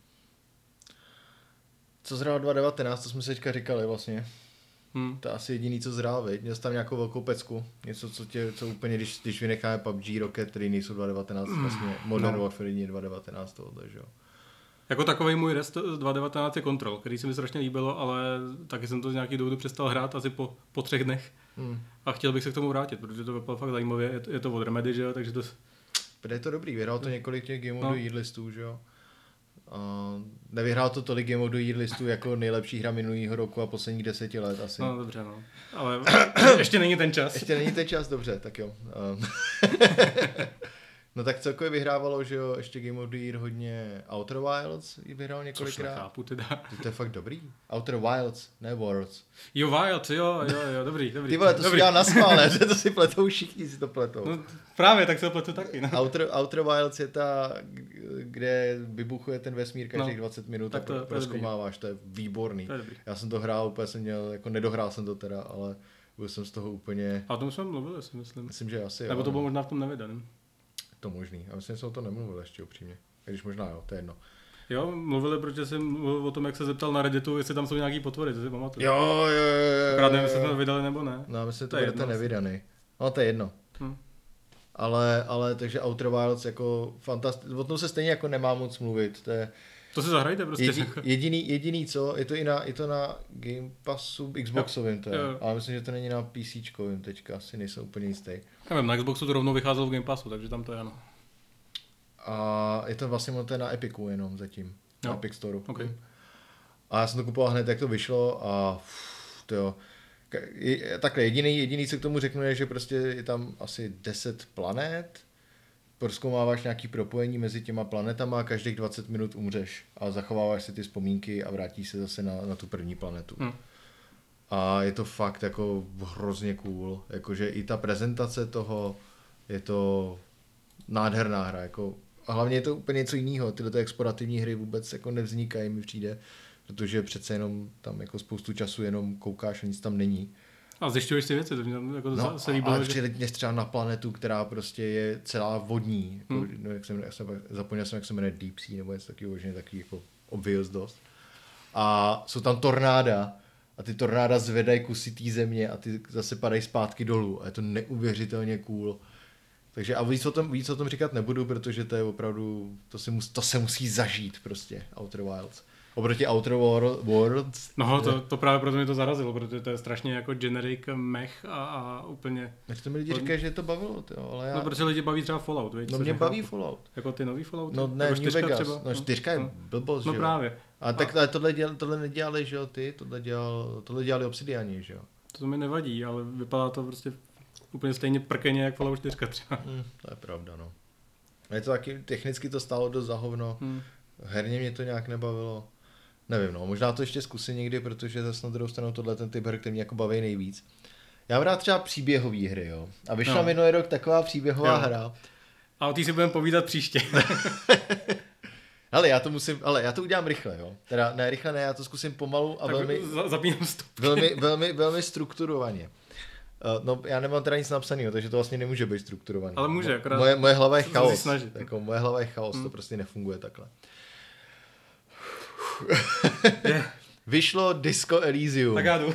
Co zhrál dva devatenáct, to jsme si teďka říkali vlastně. Hmm. To je asi jediný, co zhrál, viď? Měl jsi tam nějakou velkou pecku. Něco, co tě, co úplně, když, když vynecháme P U B G, Rocket, který nejsou dva devatenáct, hmm. vlastně Modern no. Warfare je dva devatenáct tohle, že jo. Jako takovej můj rest z dva devatenáct je Control, který se mi strašně líbilo, ale taky jsem to z nějaký důvodu přestal hrát asi po, po třech dnech. Hmm. A chtěl bych se k tomu vrátit, protože to vypadalo fakt zajímavě, je to, je to od Remedy, že jo, takže to... Je to dobrý, vyhrál to několik těch Game of the Year listů, že jo. Uh, nevyhrál to tolik Game of the Year listů jako nejlepší hra minulýho roku a posledních deseti let asi. No dobře, no. Ale ještě není ten čas. Ještě není ten čas, dobře, tak jo. Um. No tak celkově vyhrávalo, že jo, ještě Game of the Year hodně Outer Wilds vyhrál několikrát. Což nechápu teda. To je fakt dobrý. Outer Wilds, ne Worlds. Jo, Wilds, jo, jo, jo, dobrý, dobrý. Ty vole, to dobrý. si dělá na schválné, že to si pletou všichni, si to pletou. No, právě, tak se to pletou taky. No. Outer, Outer Wilds je ta, kde vybuchuje ten vesmír každých no, dvacet minut a to, prozkoumáváš, to je výborný. To je Já jsem to hrál, úplně jsem měl, jako nedohrál jsem to teda, ale byl jsem z toho úplně... A o tom jsme mluvili, si myslím. Myslím, že asi Nebo jo. to bylo možná v tom nevydaném. To možný. A myslím, že jsem o to nemluvil ještě upřímně. Když možná jo, to je jedno. Jo, mluvili, protože jsem mluvil o tom, jak se zeptal na Redditu, jestli tam jsou nějaký potvory, to si pamatuju. Jo, jo, jo. Akorát nevím, jestli to vydali nebo ne. No, myslím, že to, to budete nevydaný. No, to je jedno. Hm. Ale, ale takže Outer Wilds jako fantastický. O tom se stejně jako nemá moc mluvit. To je... To si zahrajte prostě. Jedi, jediný, jediný co, je to i na, je to na Game Passu Xboxovým to je. Jo. Ale myslím, že to není na PCčkovým teďka, asi nejsem úplně jistý. Nevím, na Xboxu to rovnou vycházelo v Game Passu, takže tam to je ano. A je to vlastně to je na Epiku jenom zatím. Na Jo. Epic Store. Okay. A já jsem to kupoval hned, jak to vyšlo a to jo. Takhle jediný, jediný, co k tomu řeknu, je, že prostě je tam asi deset planet, prozkoumáváš nějaký propojení mezi těma planetama a každých dvacet minut umřeš a zachováváš si ty vzpomínky a vrátíš se zase na, na tu první planetu. Hmm. A je to fakt jako hrozně cool, jakože i ta prezentace toho, je to nádherná hra, jako, a hlavně je to úplně něco jiného, tyhle explorativní hry vůbec jako nevznikají, mi přijde, protože přece jenom tam jako spoustu času jenom koukáš a nic tam není. A zjišťuješ si věci, to mě jako no, se líbilo. Ale že... přiletněš třeba na planetu, která prostě je celá vodní, jako, hmm. no, jak jsem, jak jsem, zapomněl jsem, jak se jmenuje Deep Sea, nebo něco takového, že takový jako obvious dost. A jsou tam tornáda, a ty tornáda zvedají kusy té země a ty zase padají zpátky dolů a je to neuvěřitelně cool. Takže a víc o tom, víc o tom říkat nebudu, protože to je opravdu, to se, mus, to se musí zažít prostě, Outer Wilds. Oproti Outer Worlds. No, to, to právě proto mě to zarazilo, protože to je strašně jako generic mech a, a úplně... Takže to mi lidi říkají, že to bavilo, tyjo, ale já... No, protože lidi baví třeba Fallout, víš? No mě baví Fallout. Jako ty nový Fallout? No ne, jako New Vegas. Třeba? No čtyřka je no. blbost, no, že jo? No právě. A tak a... tohle, dělali, tohle nedělali, že jo, ty? Tohle, dělal, tohle dělali Obsidiani, že jo? To mi nevadí, ale vypadá to prostě úplně stejně prkeně jak Fallout čtyři třeba. Hmm, to je pravda, no. A je to taky, technicky to stálo dost za hovno. Hmm. Herně mě to nějak nebavilo. Nevím, no, možná to ještě zkusím někdy, protože zase na druhou stranu tohle ten typ her, který mě jako baví nejvíc. Já mám rád třeba příběhové hry, jo. A vyšla no. minulý rok taková příběhová jo. hra. A o té si budeme povídat příště. Ale já to musím, ale já to udělám rychle, jo. Teda ne rychle, ne, já to zkusím pomalu a tak velmi, zapínám stupky. velmi, velmi, velmi strukturovaně. Uh, no, já nemám teda nic napsaného, takže to vlastně nemůže být strukturovaný. Ale může, akorát. Moje, moje hlava je chaos. Snažit, jako, moje hlava je chaos, hmm. to prostě nefunguje takhle. Yeah. Vyšlo Disco Elysium. Tak já jdu.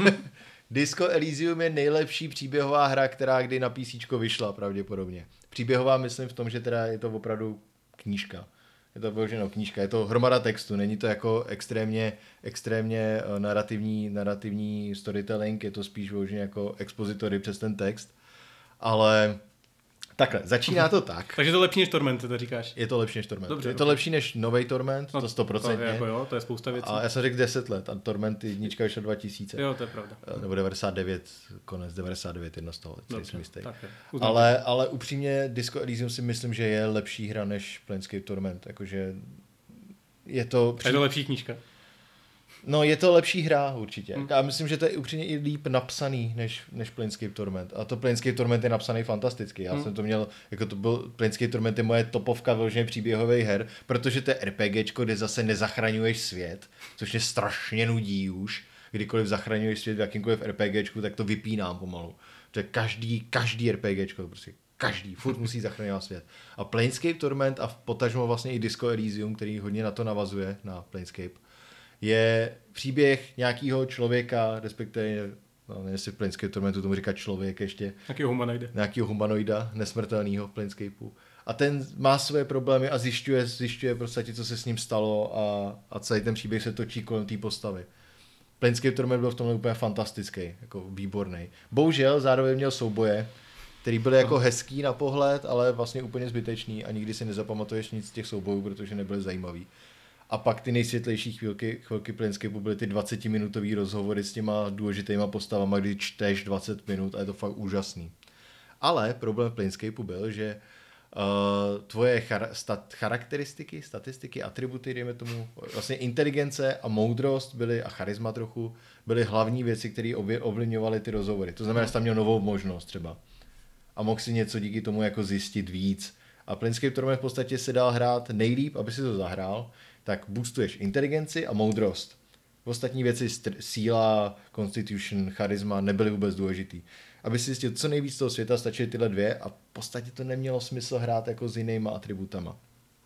Disco Elysium je nejlepší příběhová hra, která kdy na PCčko vyšla pravděpodobně. Příběhová myslím v tom, že teda je to opravdu knížka. Je to vyloženo knížka, je to hromada textu, není to jako extrémně, extrémně narrativní, narrativní storytelling, je to spíš vyloženě jako expozitory přes ten text, ale takhle, začíná to tak. Takže to je lepší než Torment, to říkáš? Je to lepší než Torment. Dobře, je to okay. lepší než novej Torment, no, to sto procent. To, jako jo, to je spousta věcí. A já jsem řekl deset let a Torment jednička vyšla dva tisíce. Jo, to je pravda. Nebo devadesát devět, konec devadesát devět, jedno z toho, Dobře, ale, ale upřímně Disco Elysium si myslím, že je lepší hra než Planescape Torment, jakože je to... Při... Je to lepší knížka? No, je to lepší hra určitě. Hmm. A myslím, že to je upřímně i líp napsaný než, než Planescape Torment. A to Planescape Torment je napsaný fantasticky. Já hmm. jsem to měl, jako to byl, Planescape Torment je moje topovka vyloženě příběhových her, protože to je RPGčko, kde zase nezachraňuješ svět, což je strašně nudí už. Kdykoliv zachraňuješ svět v jakýmkoliv RPGčku, tak to vypínám pomalu. To je každý, každý RPGčko, prostě každý, furt musí zachraňovat svět. A Planescape Torment a potažmo vlastně i Disco Elysium, který hodně na to navazuje, na Planescape, je příběh nějakého člověka, respektive, no nevím, jestli v Planescape Tormentu tomu říká člověk ještě. Nějakýho humanoida. Nějakýho humanoida, nesmrtelného v Planescapeu. A ten má své problémy a zjišťuje, zjišťuje prostě, co se s ním stalo a, a celý ten příběh se točí kolem té postavy. Planescape Torment byl v tomhle úplně fantastický, jako výborný. Bohužel zároveň měl souboje, který byly jako hezký na pohled, ale vlastně úplně zbytečný a nikdy si nezapamatuješ nic z těch soubojů, protože nebyly zajímavý. A pak ty nejsvětlejší chvílky, chvílky Planescapeu byly ty dvacetiminutový rozhovory s těma důležitýma postavama, kdy čteš dvacet minut a je to fakt úžasný. Ale problém v Planescapeu byl, že uh, tvoje char- stat- charakteristiky, statistiky, atributy, dejme tomu, vlastně inteligence a moudrost byly, a charisma trochu, byly hlavní věci, které ovlivňovaly ty rozhovory. To znamená, že jsi tam měl novou možnost třeba. A mohl si něco díky tomu jako zjistit víc. A Planescape Torment v podstatě se dal hrát nejlíp, aby si to zahrál, tak boostuješ inteligenci a moudrost. Ostatní věci, st- síla, constitution, charisma nebyly vůbec důležitý. Aby si zjistil co nejvíc toho světa, stačily tyhle dvě a v podstatě to nemělo smysl hrát jako s jinýma atributama.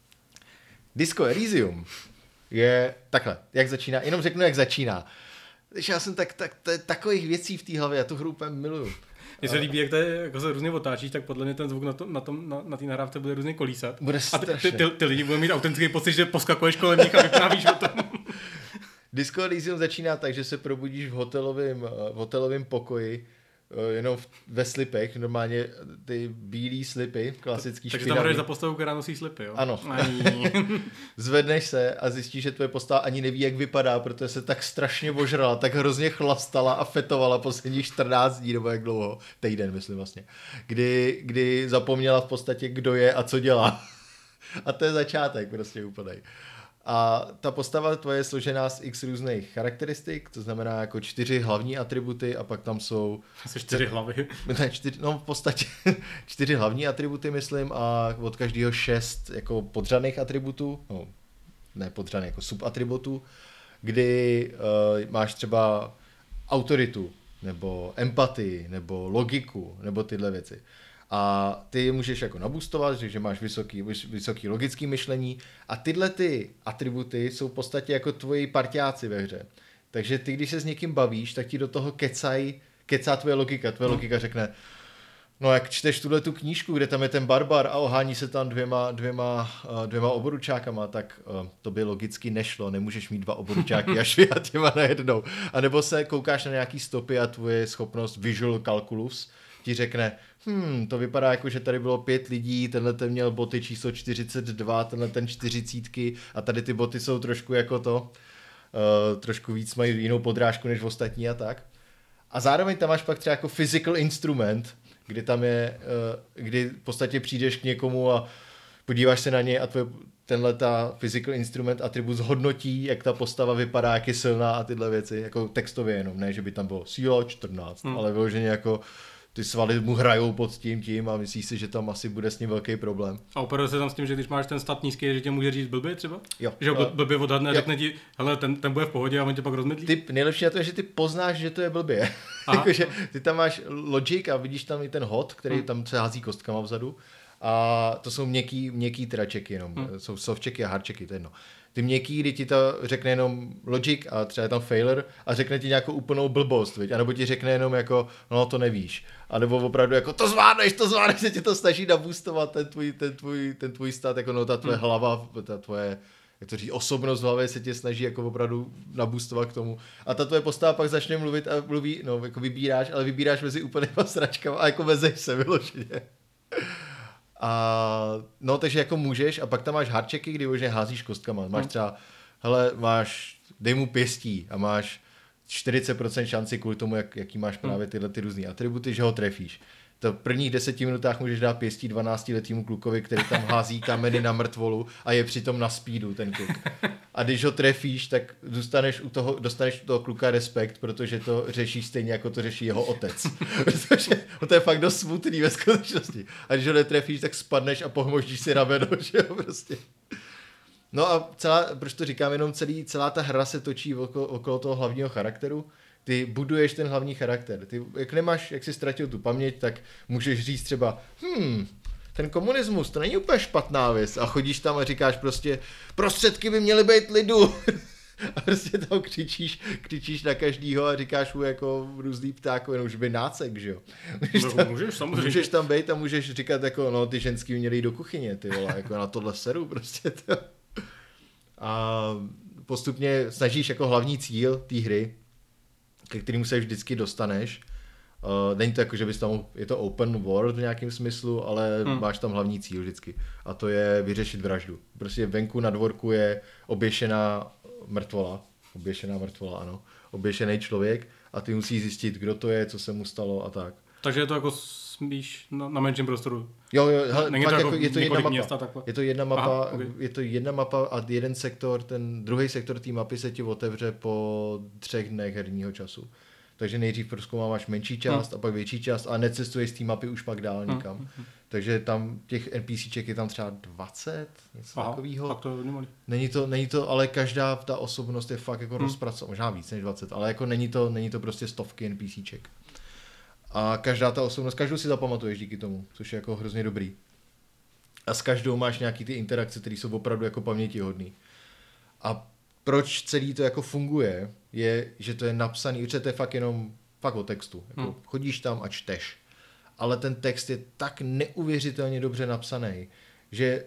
Disco Elysium je takhle, jak začíná, jenom řeknu, jak začíná. Takže já jsem tak, tak, tak takových věcí v té hlavě, já tu hru úplně miluju. Mně se líbí, jak to je, jako se různě otáčíš, tak podle mě ten zvuk na, to, na, tom, na, na té nahrávce bude různě kolísat. Bude a ty, ty, ty, ty lidi budou mít autentický pocit, že poskakuješ kolem nich a vyprávíš o tom. Disco Elysium začíná tak, že se probudíš v hotelovém, v hotelovém pokoji jenom v, ve slipech, normálně ty bílý slipy, klasický Takže špinavý. tam jdeš za postavu, která nosí slipy, jo? Ano. Zvedneš se a zjistíš, že tvoje postava ani neví, jak vypadá, protože se tak strašně ožrala, tak hrozně chlastala a fetovala posledních čtrnáct dní, nebo jak dlouho, týden myslím vlastně, kdy, kdy zapomněla v podstatě, kdo je a co dělá. A to je začátek prostě úplnej. A ta postava tvoje je složená z x různých charakteristik, to znamená jako čtyři hlavní atributy a pak tam jsou... Asi čtyři hlavy. Ne, čtyři, no v podstatě čtyři hlavní atributy, myslím, a od každého šest jako podřadných atributů, no ne podřadných, jako subatributů, kdy uh, máš třeba autoritu, nebo empatii, nebo logiku, nebo tyhle věci. A ty je můžeš jako naboostovat, že máš vysoký, vysoký logický myšlení a tyhle ty atributy jsou v podstatě jako tvoji parťáci ve hře. Takže ty, když se s někým bavíš, tak ti do toho kecaj, kecá tvoje logika. Tvoje logika řekne, no jak čteš tuhle tu knížku, kde tam je ten barbar a ohání se tam dvěma, dvěma, dvěma oboručákama, tak uh, to by logicky nešlo, nemůžeš mít dva oboručáky a švihat těma najednou. A nebo se koukáš na nějaký stopy a tvoje schopnost visual calculus ti řekne, hm, to vypadá jako, že tady bylo pět lidí, tenhle ten měl boty číslo čtyřicet dva, tenhle ten čtyřicítky a tady ty boty jsou trošku jako to, uh, trošku víc mají jinou podrážku než ostatní a tak. A zároveň tam máš pak třeba jako physical instrument, kdy tam je, uh, kdy v podstatě přijdeš k někomu a podíváš se na něj a tvoje, tenhle ta physical instrument atribut zhodnotí, jak ta postava vypadá, jak je silná a tyhle věci, jako textově jenom, ne, že by tam bylo síla čtrnáct, hmm. ale vyloženě jako ty svaly mu hrajou pod tím tím a myslíš si, že tam asi bude s ním velký problém. A operuje se tam s tím, že když máš ten stat nízký, že tě může říct blbě třeba? Jo. Že ho blbě odhadne a řekne ti, hele, ten, ten bude v pohodě a on tě pak rozmydlí? Ty, nejlepší na to je, že ty poznáš, že to je blbě. Jakože ty tam máš logic a vidíš tam i ten hod, který hmm. tam se hází kostkama vzadu. A to jsou měkký, měkký tračeky jenom. Hmm. Jsou softchecky a hardchecky, to je jedno. Ty měkký, kdy ti to řekne jenom logic a třeba je tam failure a řekne ti nějakou úplnou blbost, viď? A nebo ti řekne jenom jako, no to nevíš. A nebo opravdu jako, to zvládneš, to zvládneš, se ti to snaží naboostovat, ten tvůj, ten tvůj, ten tvůj stat, jako no ta tvoje hmm. hlava, ta tvoje, jak to říct, osobnost v hlavě se tě snaží jako opravdu naboostovat k tomu. A ta tvoje postava pak začne mluvit a mluví, no jako vybíráš, ale vybíráš mezi úplnýma sračkama a jako vezeš se vyloženě. A no, takže jako můžeš a pak tam máš hardchecky, kdy už házíš kostkama. Máš třeba, hele, máš, dej mu pěstí a máš čtyřicet procent šanci kvůli tomu, jak, jaký máš právě tyhle ty různý atributy, že ho trefíš. To v prvních deseti minutách můžeš dát pěstí dvanáctiletýmu klukovi, který tam hází kameny na mrtvolu a je přitom na speedu ten kluk. A když ho trefíš, tak dostaneš u toho, dostaneš u toho kluka respekt, protože to řešíš stejně, jako to řeší jeho otec. Protože to je fakt dost smutný ve skutečnosti. A když ho netrefíš, tak spadneš a pohmoždíš si rameno, že jo, prostě. No a celá, proč to říkám, jenom celý, celá ta hra se točí okolo, okolo toho hlavního charakteru. Ty buduješ ten hlavní charakter. Ty, jak nemáš, jak jsi ztratil tu paměť, tak můžeš říct třeba, hm, ten komunismus, to není úplně špatná věc. A chodíš tam a říkáš prostě, prostředky by měly být lidu. A prostě tam křičíš, křičíš na každýho a říkáš mu jako různý ptáků, jenom už by nácek, že jo. Můžeš no, tam, můžeš, samozřejmě. Můžeš tam být a můžeš říkat jako, no ty ženský by měly jít do kuchyně, ty vole, jako na tohle seru prostě to. A postupně snažíš jako hlavní cíl té hry, ke kterému se vždycky dostaneš. Uh, není to jako, že bys tam, je to open world v nějakém smyslu, ale hmm. máš tam hlavní cíl vždycky. A to je vyřešit vraždu. Prostě venku na dvorku je oběšená mrtvola. Oběšená mrtvola, ano. Oběšený člověk a ty musíš zjistit, kdo to je, co se mu stalo a tak. Takže je to jako spíš na, na menším prostoru. Jo, jo, hele, Není fakt to jako, jako je to jedna mapa. Města, je to jedna mapa, Aha, okay. je to jedna mapa a jeden sektor, ten druhý sektor té mapy se ti otevře po třech dnech herního času. Takže nejdřív prozkoumáváš menší část hmm. a pak větší část a necestuješ z té mapy už pak dál nikam. Hmm. Takže tam těch NPCček je tam třeba dvacet, něco Aha, takového. Tak to není, není to, není to, ale každá ta osobnost je fakt jako hmm. rozpracovaná, možná víc než dvacet, ale jako není to, není to prostě stovky NPCček. A každá ta osobnost, každou si zapamatuješ díky tomu, což je jako hrozně dobrý. A s každou máš nějaký ty interakce, které jsou opravdu jako pamětihodný. A proč celý to jako funguje, je, že to je napsaný, určitě to je fakt jenom fakt o textu. Jako hmm. Chodíš tam a čteš. Ale ten text je tak neuvěřitelně dobře napsaný, že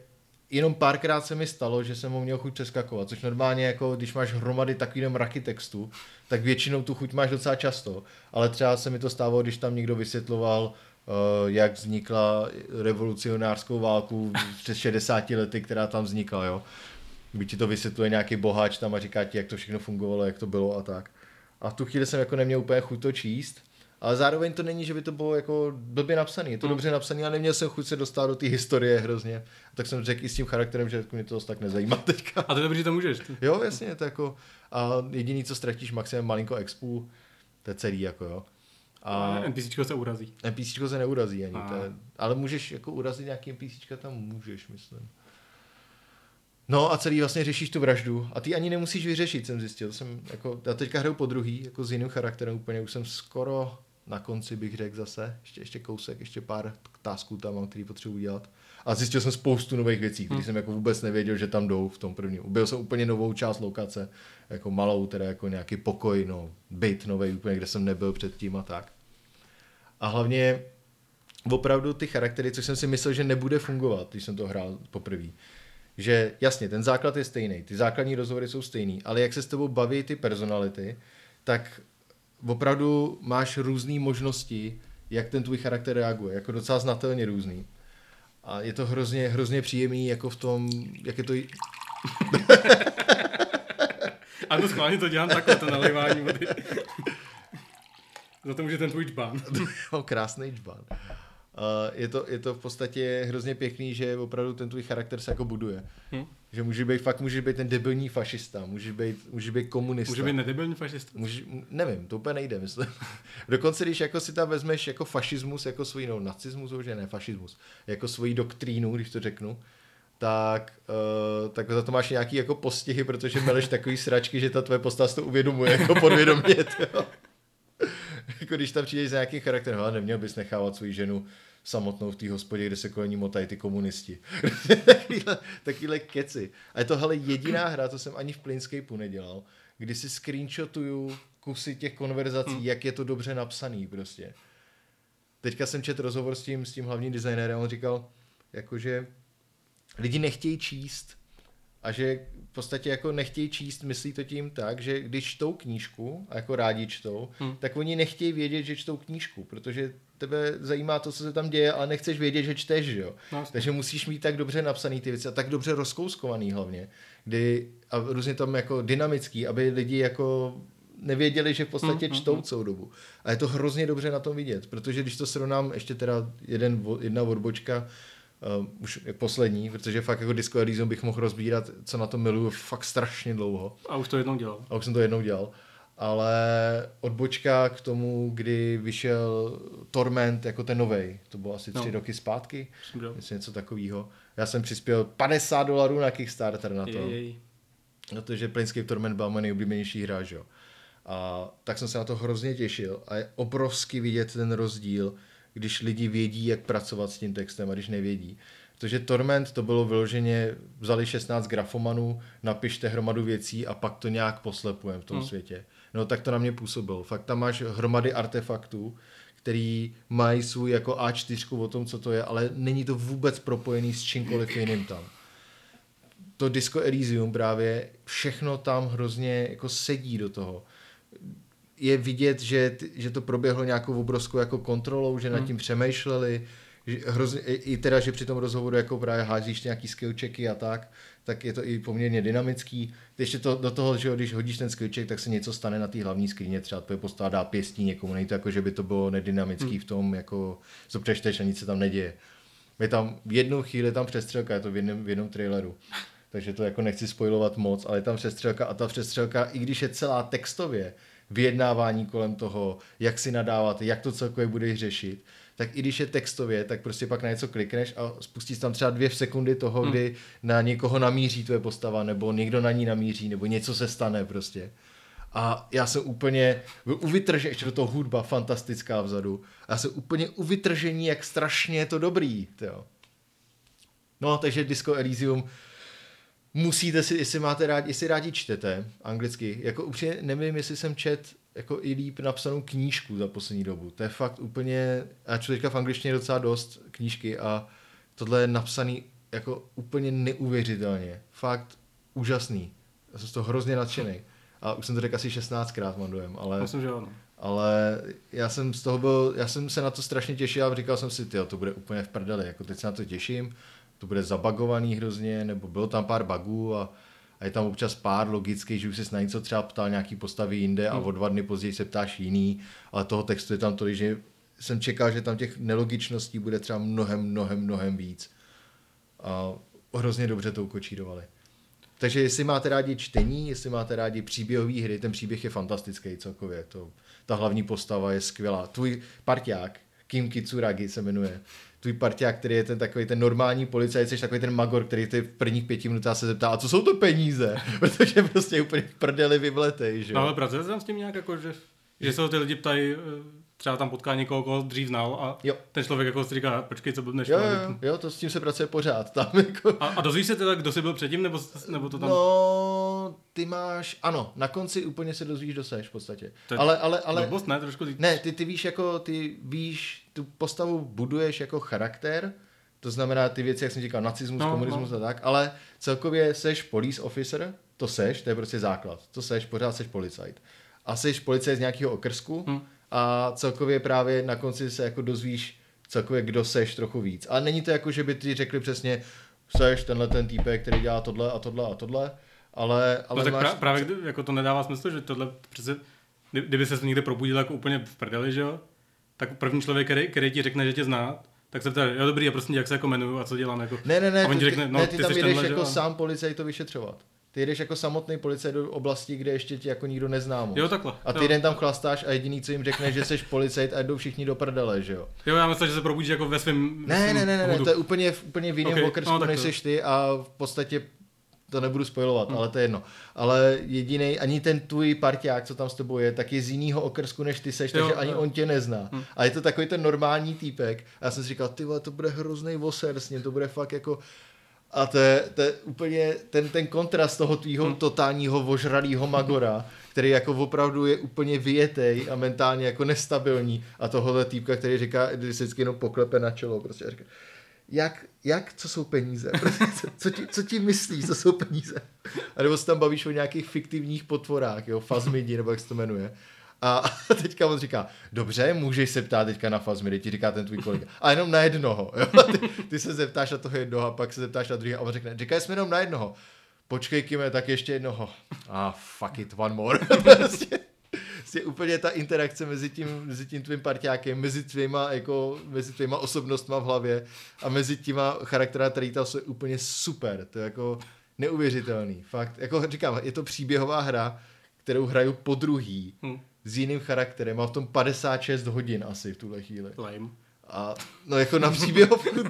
jenom párkrát se mi stalo, že jsem ho měl chuť přeskakovat, což normálně jako když máš hromady takový mraky textu, tak většinou tu chuť máš docela často, ale třeba se mi to stávalo, když tam někdo vysvětloval, jak vznikla revolucionářskou válku přes šedesáti lety, která tam vznikla, jo. Kdy ti to vysvětluje nějaký boháč tam a říká ti, jak to všechno fungovalo, jak to bylo a tak. A v tu chvíli jsem jako neměl úplně chuť to číst, ale zároveň to není, že by to bylo jako blbě napsaný, je to hmm. dobře napsaný, ale neměl jsem chuť se dostat do té historie hrozně. A tak jsem řekl i s tím charakterem, že mě to tak nezajímá teďka. A to je dobře, že to můžeš. Jo, jasně, to jako, a jediný, co ztratíš, maximum malinko expu, to je celý, jako jo. A NPCčko se urazí. NPCčko se neurazí ani, to je, ale můžeš jako urazit nějaký NPCčka, tam můžeš, myslím. No a celý vlastně řešíš tu vraždu a ty ani nemusíš vyřešit, jsem zjistil. Jsem jako, já teďka hraju po druhý, jako s jiným charakterem úplně, už jsem skoro na konci, bych řekl zase, ještě, ještě kousek, ještě pár tasků tam mám, který potřebuji dělat. A zjistil jsem spoustu nových věcí, které hmm. jsem jako vůbec nevěděl, že tam jdou v tom prvním. Ubil jsem úplně novou část lokace, jako malou, teda jako nějaký pokoj, no, byt novej úplně, kde jsem nebyl předtím a tak. A hlavně opravdu ty charaktery, což jsem si myslel, že nebude fungovat, když jsem to hrál poprvé. Že jasně, ten základ je stejný, ty základní rozhovory jsou stejný, ale jak se s tebou baví ty personality, tak opravdu máš různé možnosti, jak ten tvůj charakter reaguje, jako docela znatelně různý. A je to hrozně, hrozně příjemný, jako v tom, jak je to... Ano, schválně to dělám takhle, to nalejvání vody. Za to může ten tvůj džbán. No, krásný džbán. Uh, je, to, je to v podstatě hrozně pěkný, že opravdu ten tvůj charakter se jako buduje. Hmm. Že může být, fakt může být ten debilní fašista, může být, může být komunista. Může být nedebilní fašista? Může, nevím, to úplně nejde, myslím. Dokonce, když jako si tam vezmeš jako fašismus, jako svůj, no nacismus, že ne, fašismus, jako svoji doktrínu, když to řeknu, tak, uh, tak za to máš nějaký jako postihy, protože meleš takový sračky, že ta tvoje postava si to uvědomuje jako podvědomě. Jako když tam přijdeš za nějakým charakterem, ale neměl bys nechávat svou ženu samotnou v té hospodě, kde se kolem ní motají ty komunisti. takovýhle, takovýhle keci. A je to hele jediná hra, co jsem ani v Planescapeu nedělal, kdy si screenshotuju kusy těch konverzací, hmm. jak je to dobře napsaný prostě. Teďka jsem četl rozhovor s tím, s tím hlavním designérem, on říkal, jakože lidi nechtějí číst a že v podstatě jako nechtějí číst, myslí to tím tak, že když čtou knížku a jako rádi čtou, hmm. tak oni nechtějí vědět, že čtou knížku, protože tebe zajímá to, co se tam děje, ale nechceš vědět, že čteš, že jo. No, takže musíš mít tak dobře napsaný ty věci a tak dobře rozkouskovaný hlavně, kdy a různě tam jako dynamický, aby lidi jako nevěděli, že v podstatě hmm, čtou hmm. celou dobu. A je to hrozně dobře na tom vidět, protože když to srovnám, ještě teda jeden, jedna odbočka, Uh, už je poslední, protože fakt jako Disco Elysium bych mohl rozbírat, co na to miluju fakt strašně dlouho. A už to jednou dělal. A už jsem to jednou dělal. Ale odbočka k tomu, kdy vyšel Torment jako ten novej, to bylo asi tři no. roky zpátky, myslím něco takového. Já jsem přispěl padesát dolarů na Kickstarter na to. Jej. Protože Planescape Torment byla moje nejoblíbenější hra, že jo. A tak jsem se na to hrozně těšil a je obrovsky vidět ten rozdíl, když lidi vědí, jak pracovat s tím textem a když nevědí. Protože Torment to bylo vyloženě, vzali šestnáct grafomanů, napište hromadu věcí a pak to nějak poslepujeme v tom hmm. světě. No tak to na mě působilo. Fakt tam máš hromady artefaktů, který mají svůj jako á čtyři o tom, co to je, ale není to vůbec propojený s čímkoliv jiným tam. To Disco Elysium právě, všechno tam hrozně jako sedí do toho. Je vidět, že, že to proběhlo nějakou obrovskou jako kontrolou, že nad tím přemýšleli, že hrozně, i teda, že při tom rozhovoru jako právě házíš nějaký skill checky a tak, tak je to i poměrně dynamický. Ještě to do toho, že když hodíš ten skill check, tak se něco stane na té hlavní skrině, třeba tvoje postava dá pěstí někomu, není to jako, že by to bylo nedynamický hmm. v tom, jako co přečteš a nic se tam neděje. Je tam v jednu chvíli tam přestřelka, je to v jednom, v jednom traileru. Takže to jako nechci spoilovat moc, ale je tam přestřelka a ta přestřelka, i když je celá textově, vyjednávání kolem toho, jak si nadávat, jak to celkově budeš řešit, tak i když je textově, tak prostě pak na něco klikneš a spustíš tam třeba dvě sekundy toho, hmm. kdy na někoho namíří tvoje postava, nebo někdo na ní namíří, nebo něco se stane prostě. A já jsem úplně uvytržen, ještě do toho hudba fantastická vzadu, a já jsem úplně uvytržení, jak strašně je to dobrý. Tyjo. No, takže Disco Elysium musíte si, jestli máte rádi, jestli rádi čtete anglicky, jako upřímně nevím, jestli jsem čet jako i líp napsanou knížku za poslední dobu. To je fakt úplně, já čtu teďka v angličtině docela dost knížky a tohle je napsaný jako úplně neuvěřitelně. Fakt úžasný. Já jsem z toho hrozně nadšený. A už jsem to řekl asi šestnáctkrát, mám dojem, ale... Myslím, že ano. Ale já jsem z toho byl, já jsem se na to strašně těšil a říkal jsem si, tyjo, to bude úplně v prdeli, jako teď se na to těším, to bude zabagovaný hrozně, nebo bylo tam pár bugů a, a je tam občas pár logických, že už jsi na něco třeba ptal nějaký postavy jinde a o dva dny později se ptáš jiný, ale toho textu je tam tolik, že jsem čekal, že tam těch nelogičností bude třeba mnohem, mnohem, mnohem víc. A hrozně dobře to ukočírovali. Takže jestli máte rádi čtení, jestli máte rádi příběhové hry, ten příběh je fantastický celkově. To, ta hlavní postava je skvělá. Tvůj parťák, Kim Kitsuragi se jmenuje, tvůj parťák, který je ten takový ten normální policajt, jsi takový ten magor, který ty v prvních pěti minutách se zeptá, a co jsou to peníze? Protože prostě úplně v prdeli vyvletej, že jo? No ale pracuje se tam s tím nějak jako, že, že se ho ty lidi ptají, třeba tam potká někoho, koho dřív znal a jo. Ten člověk jako si říká, počkej, co blbneš. Jo, jo, jo, to s tím se pracuje pořád. Tam jako... a, a dozvíš se teda, kdo jsi byl předtím, nebo, nebo to tam... No, ty máš, ano, na konci úplně se dozvíš, kdo seš v podstatě. Ale, ale, ale... Blbost, ne, trošku... Ne, ty, ty víš, jako, ty víš, tu postavu buduješ jako charakter, to znamená ty věci, jak jsem říkal, nacismus, no, komunismus no. a tak, ale celkově seš police officer, to seš, to je prostě základ, to seš, pořád seš policajt. A seš policajt z nějakého okrsku, hmm. a celkově právě na konci se jako dozvíš celkově, kdo seš trochu víc. A není to jako, že by ti řekli přesně, seš tenhle ten týpek, který dělá tohle a tohle a tohle, ale... ale no tak máš... pra, právě jako to nedává smysl, že tohle přece, kdyby se někde probudil jako úplně v prdeli, že jo, tak první člověk, který, který ti řekne, že tě zná, tak se ptá, jo dobrý, a prostě jak se jako jmenuju a co dělám, jako... Ne, ne, ne, a on ti ty, řekne, no, ne, ty, ty tam jdeš tenhle, jako že? sám policajt to vyšetřovat. Ty jdeš jako samotný policajt do oblasti, kde ještě tě jako nikdo nezná moc. Jo, takhle. A ty den tam chlastáš a jediný, co jim řekne, že jsi policajt a jdou všichni do prdele, že jo. Jo, já myslím, že se probudíš jako ve svém. Ne, ne, ne, ne, ne, to je úplně, úplně v jiném okay. okrsku, no, než jsi ty a v podstatě to nebudu spoilovat, hmm. ale to je jedno. Ale jediný, ani ten tvůj parťák, co tam s tebou je, tak je z jiného okrsku, než ty seš, jo, takže ani jo. on tě nezná. Hmm. A je to takový ten normální týpek. A já jsem si říkal, ty vole, to bude hrozný voser s ním, to bude fakt jako... A to je, to je úplně ten, ten kontrast toho tvýho hmm. totálního vožralýho magora, který jako opravdu je úplně vyjetej a mentálně jako nestabilní. A tohohle týpka, který říká, když se vždycky jenom poklepe na čelo, prostě říká, jak, jak, co jsou peníze? Co ti, co ti myslíš, co jsou peníze? A nebo se tam bavíš o nějakých fiktivních potvorách, jo, Fazmidi, nebo jak se to jmenuje. A teďka on říká, dobře, můžeš se ptát teďka na Fazmidy, ti říká ten tvůj kolega. A jenom na jednoho. Jo? Ty, ty se zeptáš na toho jednoho a pak se zeptáš na druhého a on řekne, říkaj jsme jenom na jednoho. Počkej, Kime, tak ještě jednoho. A ah, fuck it, one more. Prostě, prostě úplně ta interakce mezi tím, mezi tím tvým parťákem, mezi tvýma, jako, mezi tvýma osobnostma v hlavě a mezi těma charakterama, který tam jsou úplně super. To je jako neuvěřitelný. Fakt, jako říkám, je to příběhová hra, kterou hraju po druhý. Hmm. S jiným charakterem, mám v tom padesát šest hodin asi v tuhle chvíli. Lame. A no jako na příběhovku,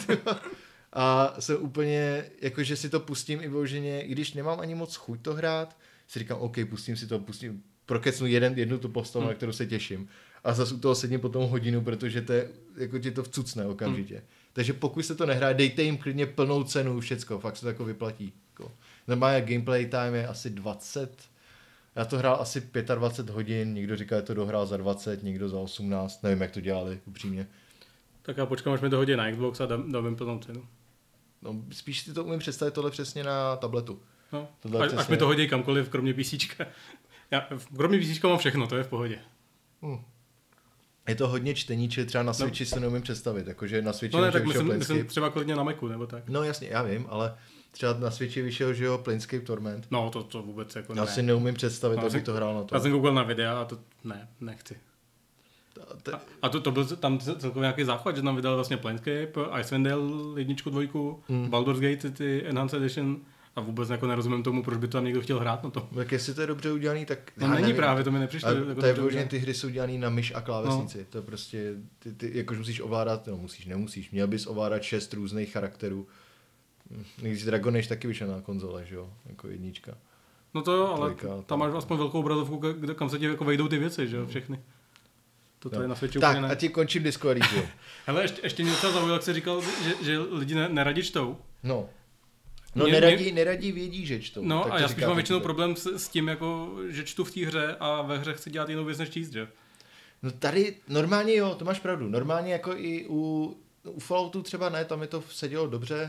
a jsem úplně, jakože si to pustím i vyloženě, i když nemám ani moc chuť to hrát, si říkám, OK, pustím si to, pustím, prokecnu jeden, jednu tu postavu, hmm. na kterou se těším. A zase u toho sedím potom hodinu, protože to je, jako ti to vcucne okamžitě. Hmm. Takže pokud se to nehraje, dejte jim klidně plnou cenu, všecko, fakt se to jako vyplatí. Jako. Normálně gameplay time je asi dvacet. Já to hrál asi dvacet pět hodin, někdo říká, že to dohrál za dvacet, někdo za osmnáct, nevím, jak to dělali, upřímně. Tak já počkám, až mi to hodí na Xbox a dám, dám jim plnou cenu. No, spíš si to umím představit tohle přesně na tabletu. No, až, přesně... až mi to hodí kamkoliv, kromě PCčka. Já, kromě PCčka mám všechno, to je v pohodě. Hmm. Je to hodně čtení, čili třeba na Switchi no. se neumím představit, jakože na Switchi no ne, tak myslím, myslím třeba klidně na Macu, nebo tak. No jasně, já vím, ale třeba na Switchi vyšel, že jo, Planescape Torment. No, to, to vůbec jako ne. Já si neumím představit, no, abych to hrál na to. Já jsem koukal na videa a to ne, nechci. Te... A, a to, to byl tam celkově nějaký záchvat, že tam vydal vlastně Planescape, Icewind Dale jedničku, dvojku, hmm. Baldur's Gate, ty Enhanced Edition a vůbec jako nerozumím tomu, proč by to tam někdo chtěl hrát na to. Tak jestli to je dobře udělaný, tak... No není nevím. Právě, to mi nepřišlo. Jako to je vyloženě, ty hry jsou udělaný na myš a klávesnici. No. To je prostě, ty, ty jakož musíš ovládat, no musíš, nemusíš, měl bys ovládat šest různých charakterů. Když Dragon Age taky vyšel na konzole, že jo, jako jednička. No to jo, ale Trojka, tam máš aspoň velkou obrazovku, kde, kam se ti jako vejdou ty věci, že jo, všechny. To tady no. na Switchi tak, úplně ne. a ti končím Discord, že jo. Hele, ještě, ještě něco zaujalo, jak jsi říkal, že, že lidi ne, neradi čtou. No. No mě, neradí, mě... neradí vědí, že čtou. No tak a já spíš mám většinou to. problém s, s tím, jako, že čtu v té hře a ve hře chci dělat jinou věc než číst, že? No tady normálně jo, to máš pravdu. Normálně jako i u, u Falloutu třeba ne, tam je to sedělo dobře.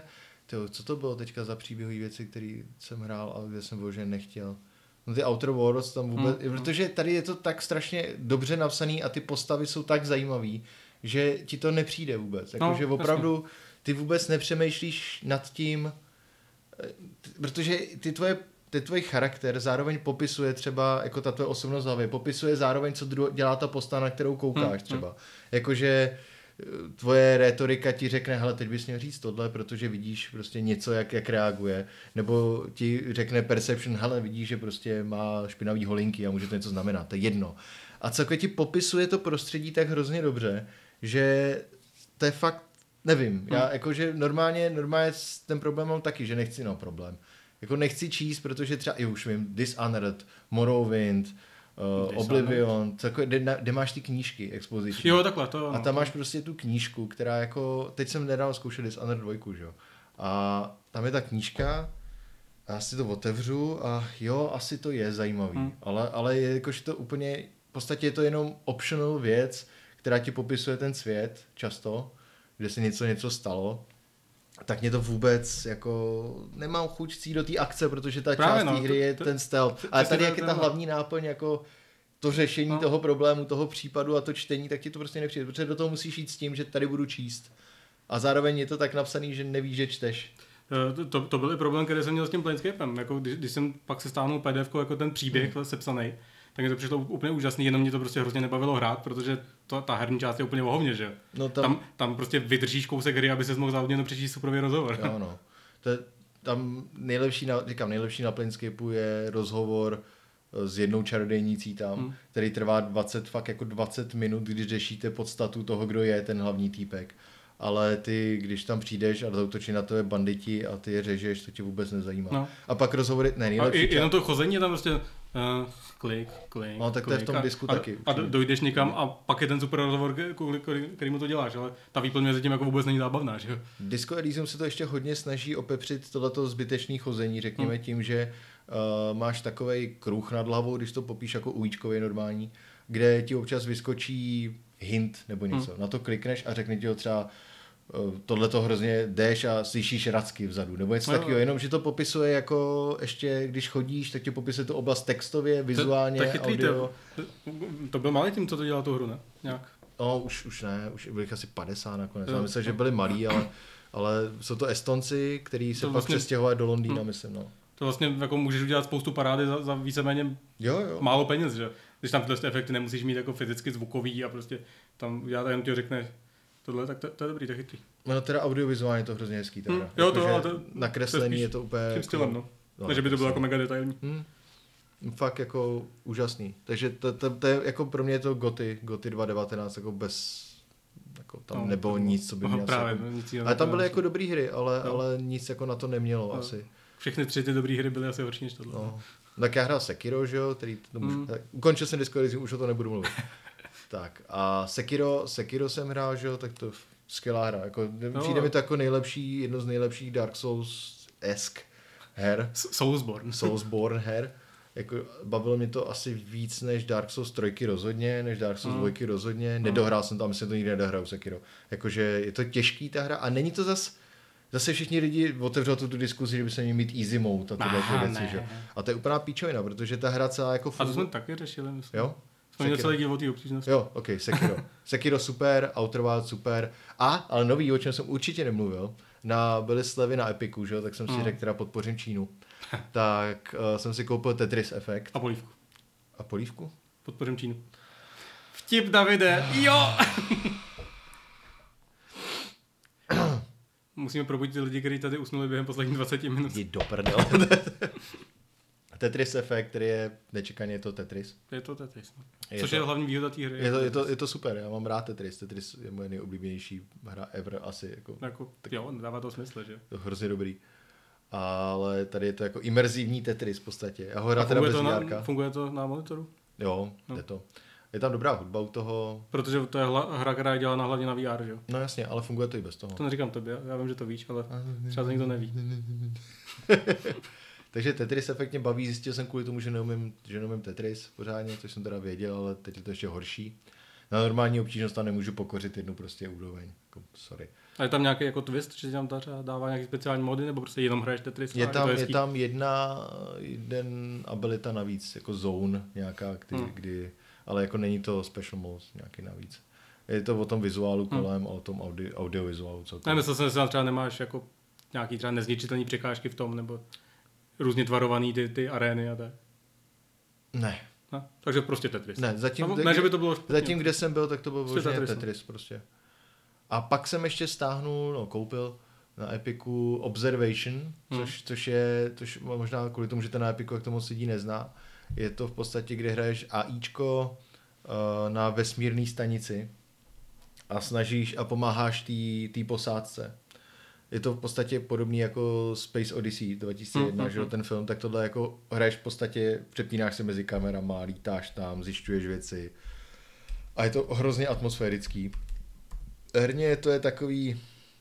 Tyjo, co to bylo teďka za příběhové věci, které jsem hrál, ale kde jsem vyloženě nechtěl. No ty Outer Worlds tam vůbec, hmm. protože tady je to tak strašně dobře napsaný a ty postavy jsou tak zajímavý, že ti to nepřijde vůbec. Jako, no, že opravdu jasně. Ty vůbec nepřemýšlíš nad tím, protože ty tvoje, ty tvoj charakter zároveň popisuje třeba, jako ta tvoje osobnost hlavy, popisuje zároveň, co dru- dělá ta postava, na kterou koukáš hmm. třeba. Jakože tvoje rétorika ti řekne, hele, teď bys měl říct tohle, protože vidíš prostě něco, jak, jak reaguje. Nebo ti řekne perception, hele, vidíš, že prostě má špinavý holinky a může to něco znamenat, to je jedno. A celkově ti popisuje to prostředí tak hrozně dobře, že to je fakt, nevím, hmm. já jakože normálně, normálně ten problém mám taky, že nechci, no problém. Jako nechci číst, protože třeba, i už vím, Dishonored, Morrowind, Uh, Oblivion, takové, kde, kde máš ty knížky expoziční. Jo, takhle, to. A tam máš prostě tu knížku, která jako, teď jsem nedávno zkoušel Dishonored dva, že jo. A tam je ta knížka a já si to otevřu a jo, asi to je zajímavý, hmm. ale, ale je jakože to úplně, v podstatě je to jenom optional věc, která ti popisuje ten svět často, kde se něco něco stalo. Tak mě to vůbec jako nemám chuť jít do té akce, protože ta Právě část no, té hry je to, ten stealth. Ale tady jak je ta hlavní náplň jako to řešení no. toho problému, toho případu a to čtení, tak ti to prostě nepřijde, protože do toho musíš jít s tím, že tady budu číst. A zároveň je to tak napsaný, že nevíš, že čteš. To, to, to byl i problém, který jsem měl s tím Planescapem. Jako když, když jsem pak se stáhnul P D F ko jako ten příběh hmm. sepsaný, tak mi to přišlo úplně úžasný, jenom mě to prostě hrozně nebavilo hrát, protože to, ta herní část je úplně vohovně, že? No tam... tam, tam prostě vydržíš kousek hry, aby ses mohl závodně přečíst superový rozhovor. Jo, no. To je, tam nejlepší na, říkám, nejlepší na Planescapeu je rozhovor s jednou čarodějnicí tam, hmm. který trvá dvacet, fakt jako dvacet minut, když řešíte podstatu toho, kdo je ten hlavní týpek. Ale ty, když tam přijdeš a zautočí na tebe banditi a ty je řežeš, to tě vůbec nezajímá. No. A pak rozhovory, ne, nejlepší. A jenom to chození je tam prostě uh, klik, klik, no, tak to klik, je v tom a, disku a, taky. A dojdeš někam a pak je ten super rozhovor, který mu to děláš, ale ta výplň mezi tím jako vůbec není zábavná, že jo? Disco Elysium se to ještě hodně snaží opepřit tohleto zbytečné chození, řekněme hmm. tím, že uh, máš takovej kruh nad hlavou, když to popíš jako ujíčkový normální, kde ti občas vyskočí hint nebo něco. Hmm. Na to klikneš a řekne ti ho třeba tohle to hrozně jdeš a slyšíš racky vzadu, nebo něco no, takového, jenom že to popisuje jako ještě, když chodíš, tak ti popisuje tu oblast textově, vizuálně, to, to audio. To, to byl malý tím, co to dělal tu hru, ne? Nějak. No, už, už ne, už byli asi padesát nakonec. Já myslím, že byli malí, ale, ale jsou to Estonci, kteří se to pak vlastně, přestěhovali do Londýna, hm. myslím, no. To vlastně jako můžeš udělat spoustu parády za, za víceméně jo, jo. málo peněz, že? Když tam tyhle efekty nemusíš mít jako fyzicky zvukový a prostě tam já jenom ti řekne tohle, tak to, to je dobrý, to je chytrý. No teda audiovizuálně to hrozně hezký. Teda. Hmm, jo, to, ale to, nakreslení to je to úplně... Tím stylem, no. no ne, že by to bylo jako mega detailní. Hmm. Fakt jako úžasný. Takže to, to, to je jako pro mě je to Goty, Goty dva tisíce devatenáct jako bez... Jako tam no, nebylo no, nic, co by mělo... Právě, jako, nic ale tam byly jako dobrý hry, ale, no. ale nic jako na to nemělo no. asi. Všechny tři ty dobrý hry byly asi horší než tohle. No. Tak já hrál Sekiro, že jo, který... To můžu, mm. tak, ukončil jsem Disco Elysium, už o to nebudu mluvit. Tak a Sekiro, Sekiro jsem hrál, že jo, tak to skvělá hra. Jako, no, přijde mi to jako nejlepší, jedno z nejlepších Dark Souls-esk her. Soulsborne. Soulsborne her. Jako, bavilo mě to asi víc než Dark Souls tři rozhodně, než Dark Souls mm. dva rozhodně. Mm. Nedohrál jsem to a myslím, to nikdy nedohrál Sekiro. Jakože je to těžký ta hra a není to zas... Zase všichni lidi otevřou tu, tu diskuzi, že by se měli mít easy mode a tyhle věci, že? A to je úplná píčovina, protože ta hra celá jako... Funguje. A to jsme taky řešili, myslím. Jo? Jsme měli celý díl o té obtížnosti. Jo, ok, Sekiro. Sekiro super, Outer Wilds super. A, ale nový, o čem jsem určitě nemluvil, na, byly slevy na Epiku, že? Tak jsem si mm. řekl, teda podpořím Čínu. tak uh, jsem si koupil Tetris Effect. A polívku. A polívku? Podpořím Čínu. Vtip, Davide, jo! Musíme probudit lidi, kteří tady usnuli během posledních dvacet minut. Jdi do prdel. Tetris Effect, který je nečekaně, je to Tetris. Je to Tetris. No. Je Což to, je hlavní výhoda té hry. Je to, je, to, je to super, já mám rád Tetris. Tetris je moje nejoblíbenější hra ever asi. Jako, jako, tak, jo, dává to smysl, že? To hrozně dobrý. Ale tady je to jako imerzivní Tetris v podstatě. Já ho hrát teda bez várka. Funguje to na monitoru? Jo, no. je to. Je tam dobrá hudba u toho. Protože to je hla, hra, která je dělána hlavně na V R, že jo? No jasně, ale funguje to i bez toho. To neříkám tobě, já vím, že to víš, ale třeba to nikdo neví. Takže Tetris efektně baví, zjistil jsem kvůli tomu, že neumím, že neumím Tetris pořádně, což jsem teda věděl, ale teď je to ještě horší. Na normální obtížnost tam nemůžu pokořit jednu prostě úroveň. jako, sorry. A je tam nějaký jako twist, že tam třeba dává nějaký speciální mody, nebo prostě jenom hraješ Tetris? Je tam, je, je tam jedna, jeden abilita navíc, jako zone nějaká, kdy, hmm. kdy, ale jako není to special mode nějaký navíc. Je to o tom vizuálu kolem hmm. a o tom audio, audiovizuálu. Ne, myslel jsem, že tam třeba nemáš jako nějaký třeba nezničitelný překážky v tom, nebo různě tvarovaný ty, ty arény a tak. Ne. No, takže prostě Tetris. Ne, zatím, no, kde, ne, že by to bylo špatně. Zatím, kde jsem byl, tak to byl prostě Tetris, Tetris, Tetris prostě. A pak jsem ještě stáhnul, no koupil na Epiku Observation, hmm. což, což je, což možná kvůli tomu, že ten na Epiku jak to moc lidí nezná. Je to v podstatě, kdy hraješ AIčko uh, na vesmírné stanici a snažíš a pomáháš té posádce. Je to v podstatě podobný jako Space Odyssey dva tisíce jedna, mm, že mm, ten film, tak tohle jako hraješ v podstatě, přepínáš se mezi kamerama, lítáš tam, zjišťuješ věci a je to hrozně atmosférický. Herně to je takový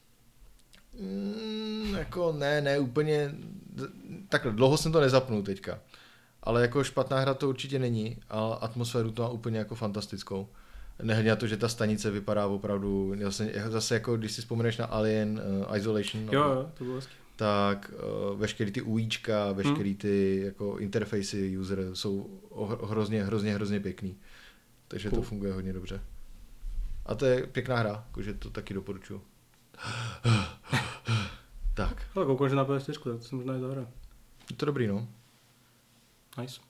mm, jako ne, ne úplně takhle, dlouho jsem to nezapnul teďka, ale jako špatná hra to určitě není a atmosféru to má úplně jako fantastickou. Nehledě na to, že ta stanice vypadá opravdu, zase, zase jako když si vzpomeneš na Alien uh, Isolation, jo, jo, to bylo hezky. Tak uh, veškerý ty úíčka, veškerý ty jako interfejsy user jsou hrozně, hrozně, hrozně pěkný. Takže cool. To funguje hodně dobře. A to je pěkná hra, jakože to taky doporučuji. Tak. Ale koukám, že na P S čtyři, tak to se možná i zahrá. Je to dobrý, no. Nice.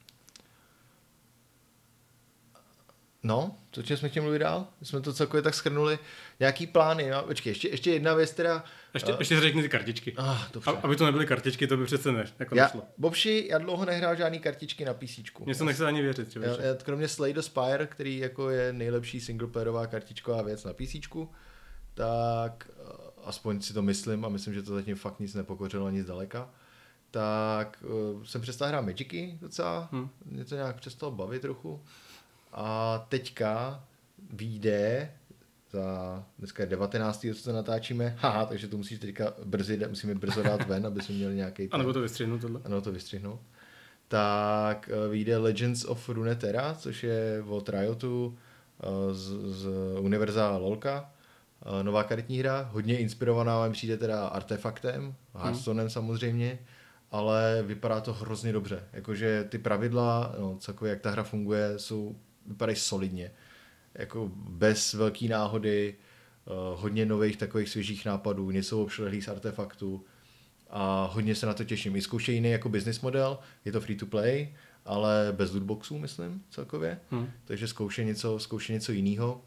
No, co čím jsme chtěli mluvit dál? My jsme to celkově tak shrnuli. Nějaký plány, no? Počkej, ještě, ještě jedna věc teda... Ještě, uh, ještě řekni ty kartičky. Ah, A, aby to nebyly kartičky, to by přece ne, jako já, nešlo. Bobši, já dlouho nehrál žádný kartičky na PCčku. Mně se nechce ani věřit. Já, já, kromě Slay the Spire, který jako je nejlepší singleplayerová kartičková věc na PCčku, tak aspoň si to myslím a myslím, že to zatím fakt nic nepokořilo ani zdaleka, tak uh, jsem přestal hrát Magicy docela, hmm. mě to nějak přestalo bavit trochu. A teďka vyjde za, dneska je devatenáctého co to natáčíme, haha, takže to musíš teďka brzy, musíme brzo dát ven, aby jsme měli nějaký... A nebo to vystřihnout tohle. Ano, to vystřihnout. Tak vyjde Legends of Runeterra, což je od Riotu z, z univerza LOLka. Nová karetní hra, hodně inspirovaná, vám přijde teda Artefaktem, Hearthstonem hmm. samozřejmě, ale vypadá to hrozně dobře. Jakože ty pravidla, no, celkově jak ta hra funguje, jsou, vypadají solidně. Jako bez velký náhody, uh, hodně nových takových svěžích nápadů, něco obšlehlých z artefaktů a hodně se na to těším. I zkoušejí jiný jako business model, je to free to play, ale bez lootboxů, myslím, celkově. Hmm. Takže zkoušej něco, zkoušej něco jiného.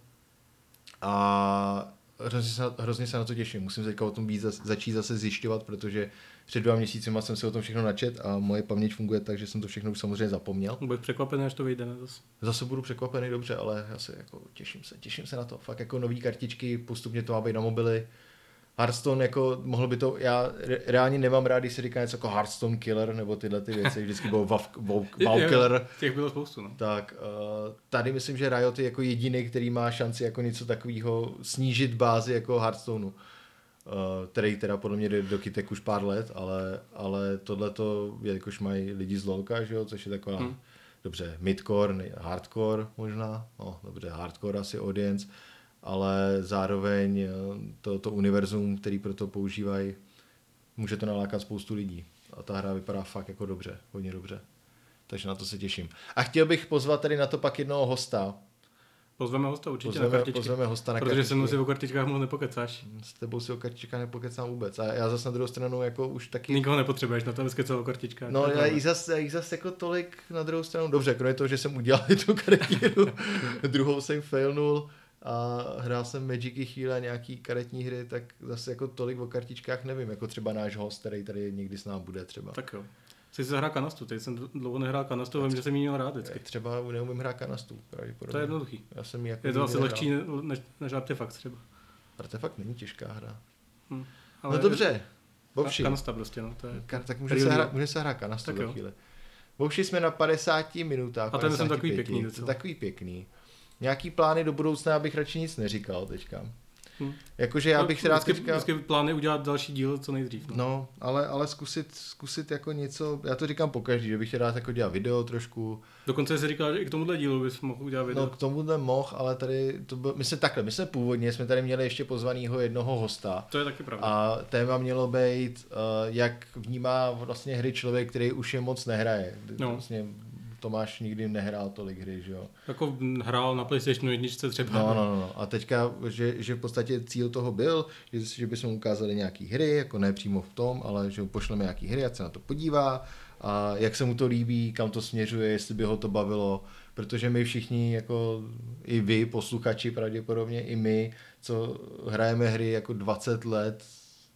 A hrozně se, hrozně se na to těším. Musím teďka o tom víc začít zase zjišťovat, protože před dva měsícima jsem si o tom všechno načet a moje paměť funguje tak, že jsem to všechno už samozřejmě zapomněl. Budu překvapený, až to vyjde, ne zase. Zase budu překvapený, dobře, ale já se jako těším se, těším se na to. Fakt jako nový kartičky, postupně to má být na mobily. Hearthstone jako mohl by to, já reálně nemám rád, když se říká něco jako Hearthstone Killer nebo tyhle ty věci, vždycky bylo WoW, WoW, WoW Killer. Těch bylo spoustu, no. Tak uh, tady myslím, že Riot je jako jediný, který má šanci jako něco takového snížit bázi jako Hearthstoneu. Uh, který teda podle mě jde do kytek už pár let, ale, ale tohleto, jakož mají lidi z LoLka, že jo, což je taková, hmm. dobře, midcore, hardcore možná, no dobře, hardcore asi audience, ale zároveň to, to univerzum, který pro to používají, může to nalákat spoustu lidí. A ta hra vypadá fakt jako dobře, hodně dobře. Takže na to se těším. A chtěl bych pozvat tady na to pak jednoho hosta. Pozveme hosta určitě pozveme, na kartičky. Pozveme hosta na protože kartičky. se mnou si o kartičkách moc nepokecáš. S tebou si o kartičkách nepokecám vůbec. A já zase na druhou stranu jako už taky... Nikoho nepotřebuješ na to, abys kecal o kartičkách. No já jich zase, jich zase jako tolik na druhou stranu. Dobře, kromě toho, že jsem udělal tu karetíru, druhou jsem failnul a hrál jsem Magicy chvíle nějaký karetní hry, tak zase jako tolik o kartičkách nevím, jako třeba náš host, který tady někdy s námi bude třeba. Tak jo. Jsi se hrál kanastu, teď jsem dlouho nehrál kanastu, vím, že jsem ji měl rád vždycky. Třeba neumím hrát kanastu, to je jednoduchý. Já jsem jako je to asi lehčí než, než Artefakt třeba. Artefakt není těžká hra. Hmm. No dobře, Bobši. Kanasta prostě, no. To je Ka- tak může se, hrát, může se hrát kanastu za chvíli. Bobši, jsme na padesáti minutách. A ten jsem takový pěkný docela. Takový pěkný. Nějaký plány do budoucna, abych radši nic neříkal teďka. Hmm. Jakože já bych no, rád vždycky, teďka... vždycky plány udělat další díl co nejdřív. No, no ale, ale zkusit, zkusit jako něco, já to říkám pokaždý, že bych rád jako dělal video trošku. Dokonce jsi říkal, že i k tomuhle dílu bys mohl udělat video. No k tomuhle mohl, ale tady, to byl, my jsme takhle, my jsme původně, jsme tady měli ještě pozvanýho jednoho hosta. To je taky pravda. A téma mělo být, uh, jak vnímá vlastně hry člověk, který už je moc nehraje. No. Vlastně Tomáš nikdy nehrál tolik hry, že jo? Jako hrál na PlayStationu jedničce třeba. No, no, no, no. A teďka, že, že v podstatě cíl toho byl, že, že bychom ukázali nějaký hry, jako ne přímo v tom, ale že mu pošleme nějaký hry, ať se na to podívá a jak se mu to líbí, kam to směřuje, jestli by ho to bavilo, protože my všichni, jako i vy, posluchači pravděpodobně, i my, co hrajeme hry jako dvacet let,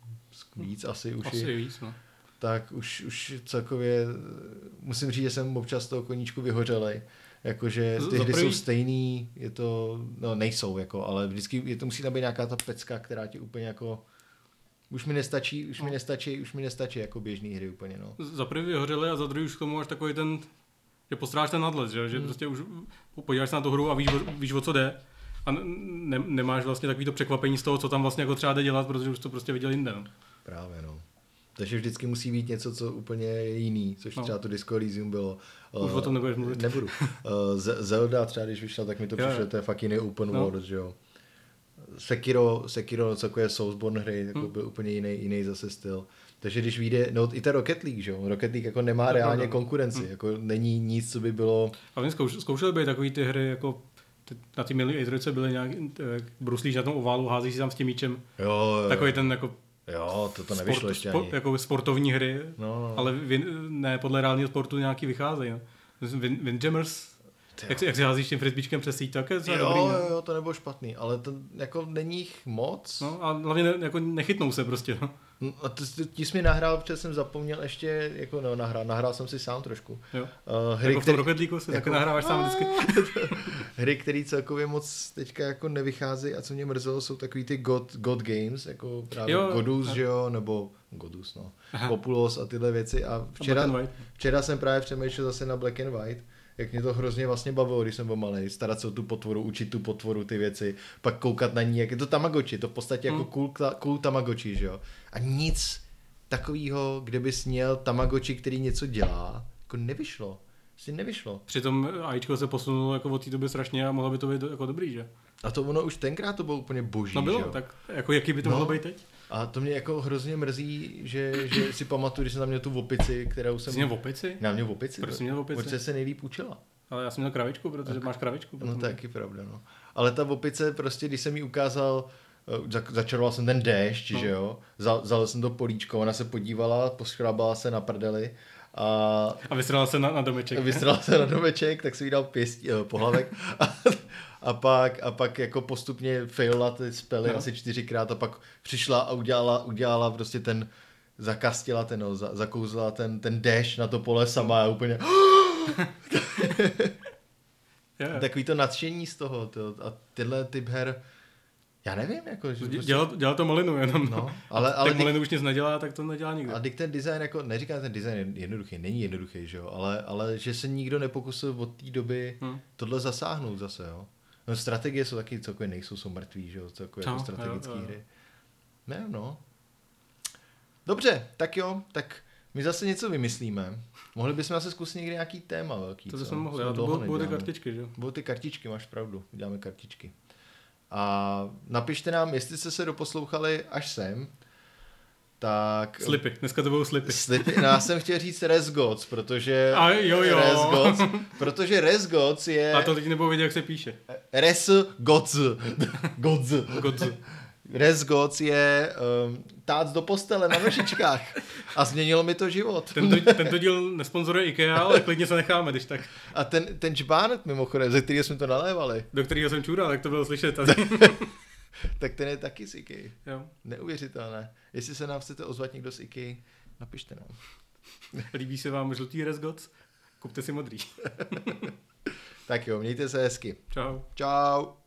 víc asi už Asi víc, no. Tak už, už celkově musím říct, že jsem občas z toho koníčku vyhořelej. Jakože ty hry jsou stejný, je to, no nejsou, jako, ale vždycky je to musí tam být nějaká ta pecka, která ti úplně jako, už mi nestačí, už no. mi nestačí, už mi nestačí jako běžný hry úplně, no. Za prvý vyhořeli a za druhý už k tomu máš takový ten, že postrádáš ten nadhled, že, že hmm. prostě už podíváš se na tu hru a víš, víš o co jde a ne, nemáš vlastně takový to překvapení z toho, co tam vlastně jako třeba jde dělat, protože už to prostě viděl jinde, no. Právě, no. Takže vždycky musí být něco, co úplně je jiný, což no. třeba to Disco Elysium bylo. Už uh, o tom nebudeš mluvit. Nebudu. Uh, Zelda třeba, když vyšla, tak mi to přišlo, to je fakt jiný open no. world, že jo. Sekiro, Sekiro, takové Soulsborne hry, jako hmm. byl úplně jiný, jiný zase styl. Takže když vyjde, no i ta Rocket League, že jo, Rocket League jako nemá to reálně pravda. konkurenci, hmm. jako není nic, co by bylo... A oni zkouš, zkoušeli být takový ty hry, jako na té milé E tři byly nějak, bruslíš na tom oválu, házíš si tam s tím míčem. Jo, jo. Takový ten jako... Jo, to to nevyšlo sport, ještě sport, ani. Jako sportovní hry, no, no. ale vin, ne podle reálního sportu nějaký vycházejí. No. Win, Windjammers, jak, jak si házíš tím frisbeečkem přes síť, tak je to jo, dobrý. Jo, jo, to nebylo špatný, ale to jako není jich moc. No a hlavně ne, jako nechytnou se prostě. No. No, a ty jsi mi nahrál, protože jsem zapomněl ještě, jako no, nahrál, nahrál jsem si sám trošku. Jo. Uh, hry, jako v tom Rocket League si jako, taky nahráváš sám vždycky. Hry, které celkově moc teďka jako nevycházejí a co mě mrzelo, jsou takový ty God, God Games, jako právě jo, Godus, že jo, nebo Godus, no, Aha. Populos a tyhle věci. A včera, a včera jsem právě přemýšlel zase na Black and White, jak mě to hrozně vlastně bavilo, když jsem byl malej, starat se o tu potvoru, učit tu potvoru, ty věci, pak koukat na ní, jak je to Tamagotchi, to v podstatě jako cool, cool Tamagotchi, že jo. A nic takového, kde bys měl Tamagotchi, který něco dělá, jako nevyšlo. Prostě nevyšlo. Přitom AIčko se posunulo jako od té doby strašně a mohlo by to být jako dobrý, že? A to ono už tenkrát to bylo úplně boží, no bylo, že jo. Tak jako jaký by to no. mohlo být teď? A to mě jako hrozně mrzí, že, že si pamatuju, když jsem tam měl tu opici, kterou jsem... Jsi měl opici? Já měl opici. Proč jsi měl opici? Protože se nejlíp učila. Ale já jsem měl kravičku, protože tak. Máš kravičku. No taky pravda, no. Ale ta opice prostě, když jsem jí ukázal, začaroval jsem ten déšť, no. že jo, vzal jsem to políčko, ona se podívala, poškrabala se na prdeli a... A vystřelala se na, na domeček. Vystřelala se na domeček, tak jsem jí dal pěstí, pohlavek a, a, pak, a pak jako postupně failila ty spely no. asi čtyřikrát a pak přišla a udělala, udělala prostě ten, zakastila ten, no, zakouzla ten, ten déšť na to pole sama a úplně... yeah. Takový to nadšení z toho to, a tyhle typ her, já nevím, jako... Že prostě... dělal, dělal to malinu jenom, no, ale, ale tak malinu už nic nedělá, tak to nedělá nikdo. A ten design, jako, neříkám, ten design je jednoduchý, není jednoduchý, že jo, ale, ale že se nikdo nepokusil od té doby hmm. tohle zasáhnout zase, jo. No, strategie jsou taky celkově nejsou, jsou mrtví, že jo, celkově jako strategické hry. Ne, no. Dobře, tak jo, tak my zase něco vymyslíme. Mohli bychom zase zkusit někdy nějaký téma velký. To bychom mohli, ale to budou, budou ty kartičky, že jo? Budou ty kartičky, máš pravdu, děláme kartičky. A napište nám, jestli jste se doposlouchali až sem, tak... Slipy, dneska to budou slipy. Slipy, no já jsem chtěl říct Resgods, protože... A jo jo. Resgods, protože Resgods je... A to teď nebudou vědět, jak se píše. Resgods. Gods. Gods. Resgods je um, tác do postele na nožičkách. A změnilo mi to život. Tento, tento díl nesponzoruje IKEA, ale klidně se necháme, když tak. A ten, ten čbánek mimochodem, ze kterého jsme to nalévali. Do kterého jsem čůral, jak to bylo slyšet tady. Tak ten je taky z IKEA. Jo. Neuvěřitelné. Jestli se nám chcete ozvat někdo z IKEA, napište nám. Líbí se vám žlutý Resgods? Kupte si modrý. Tak jo, mějte se hezky. Čau. Čau.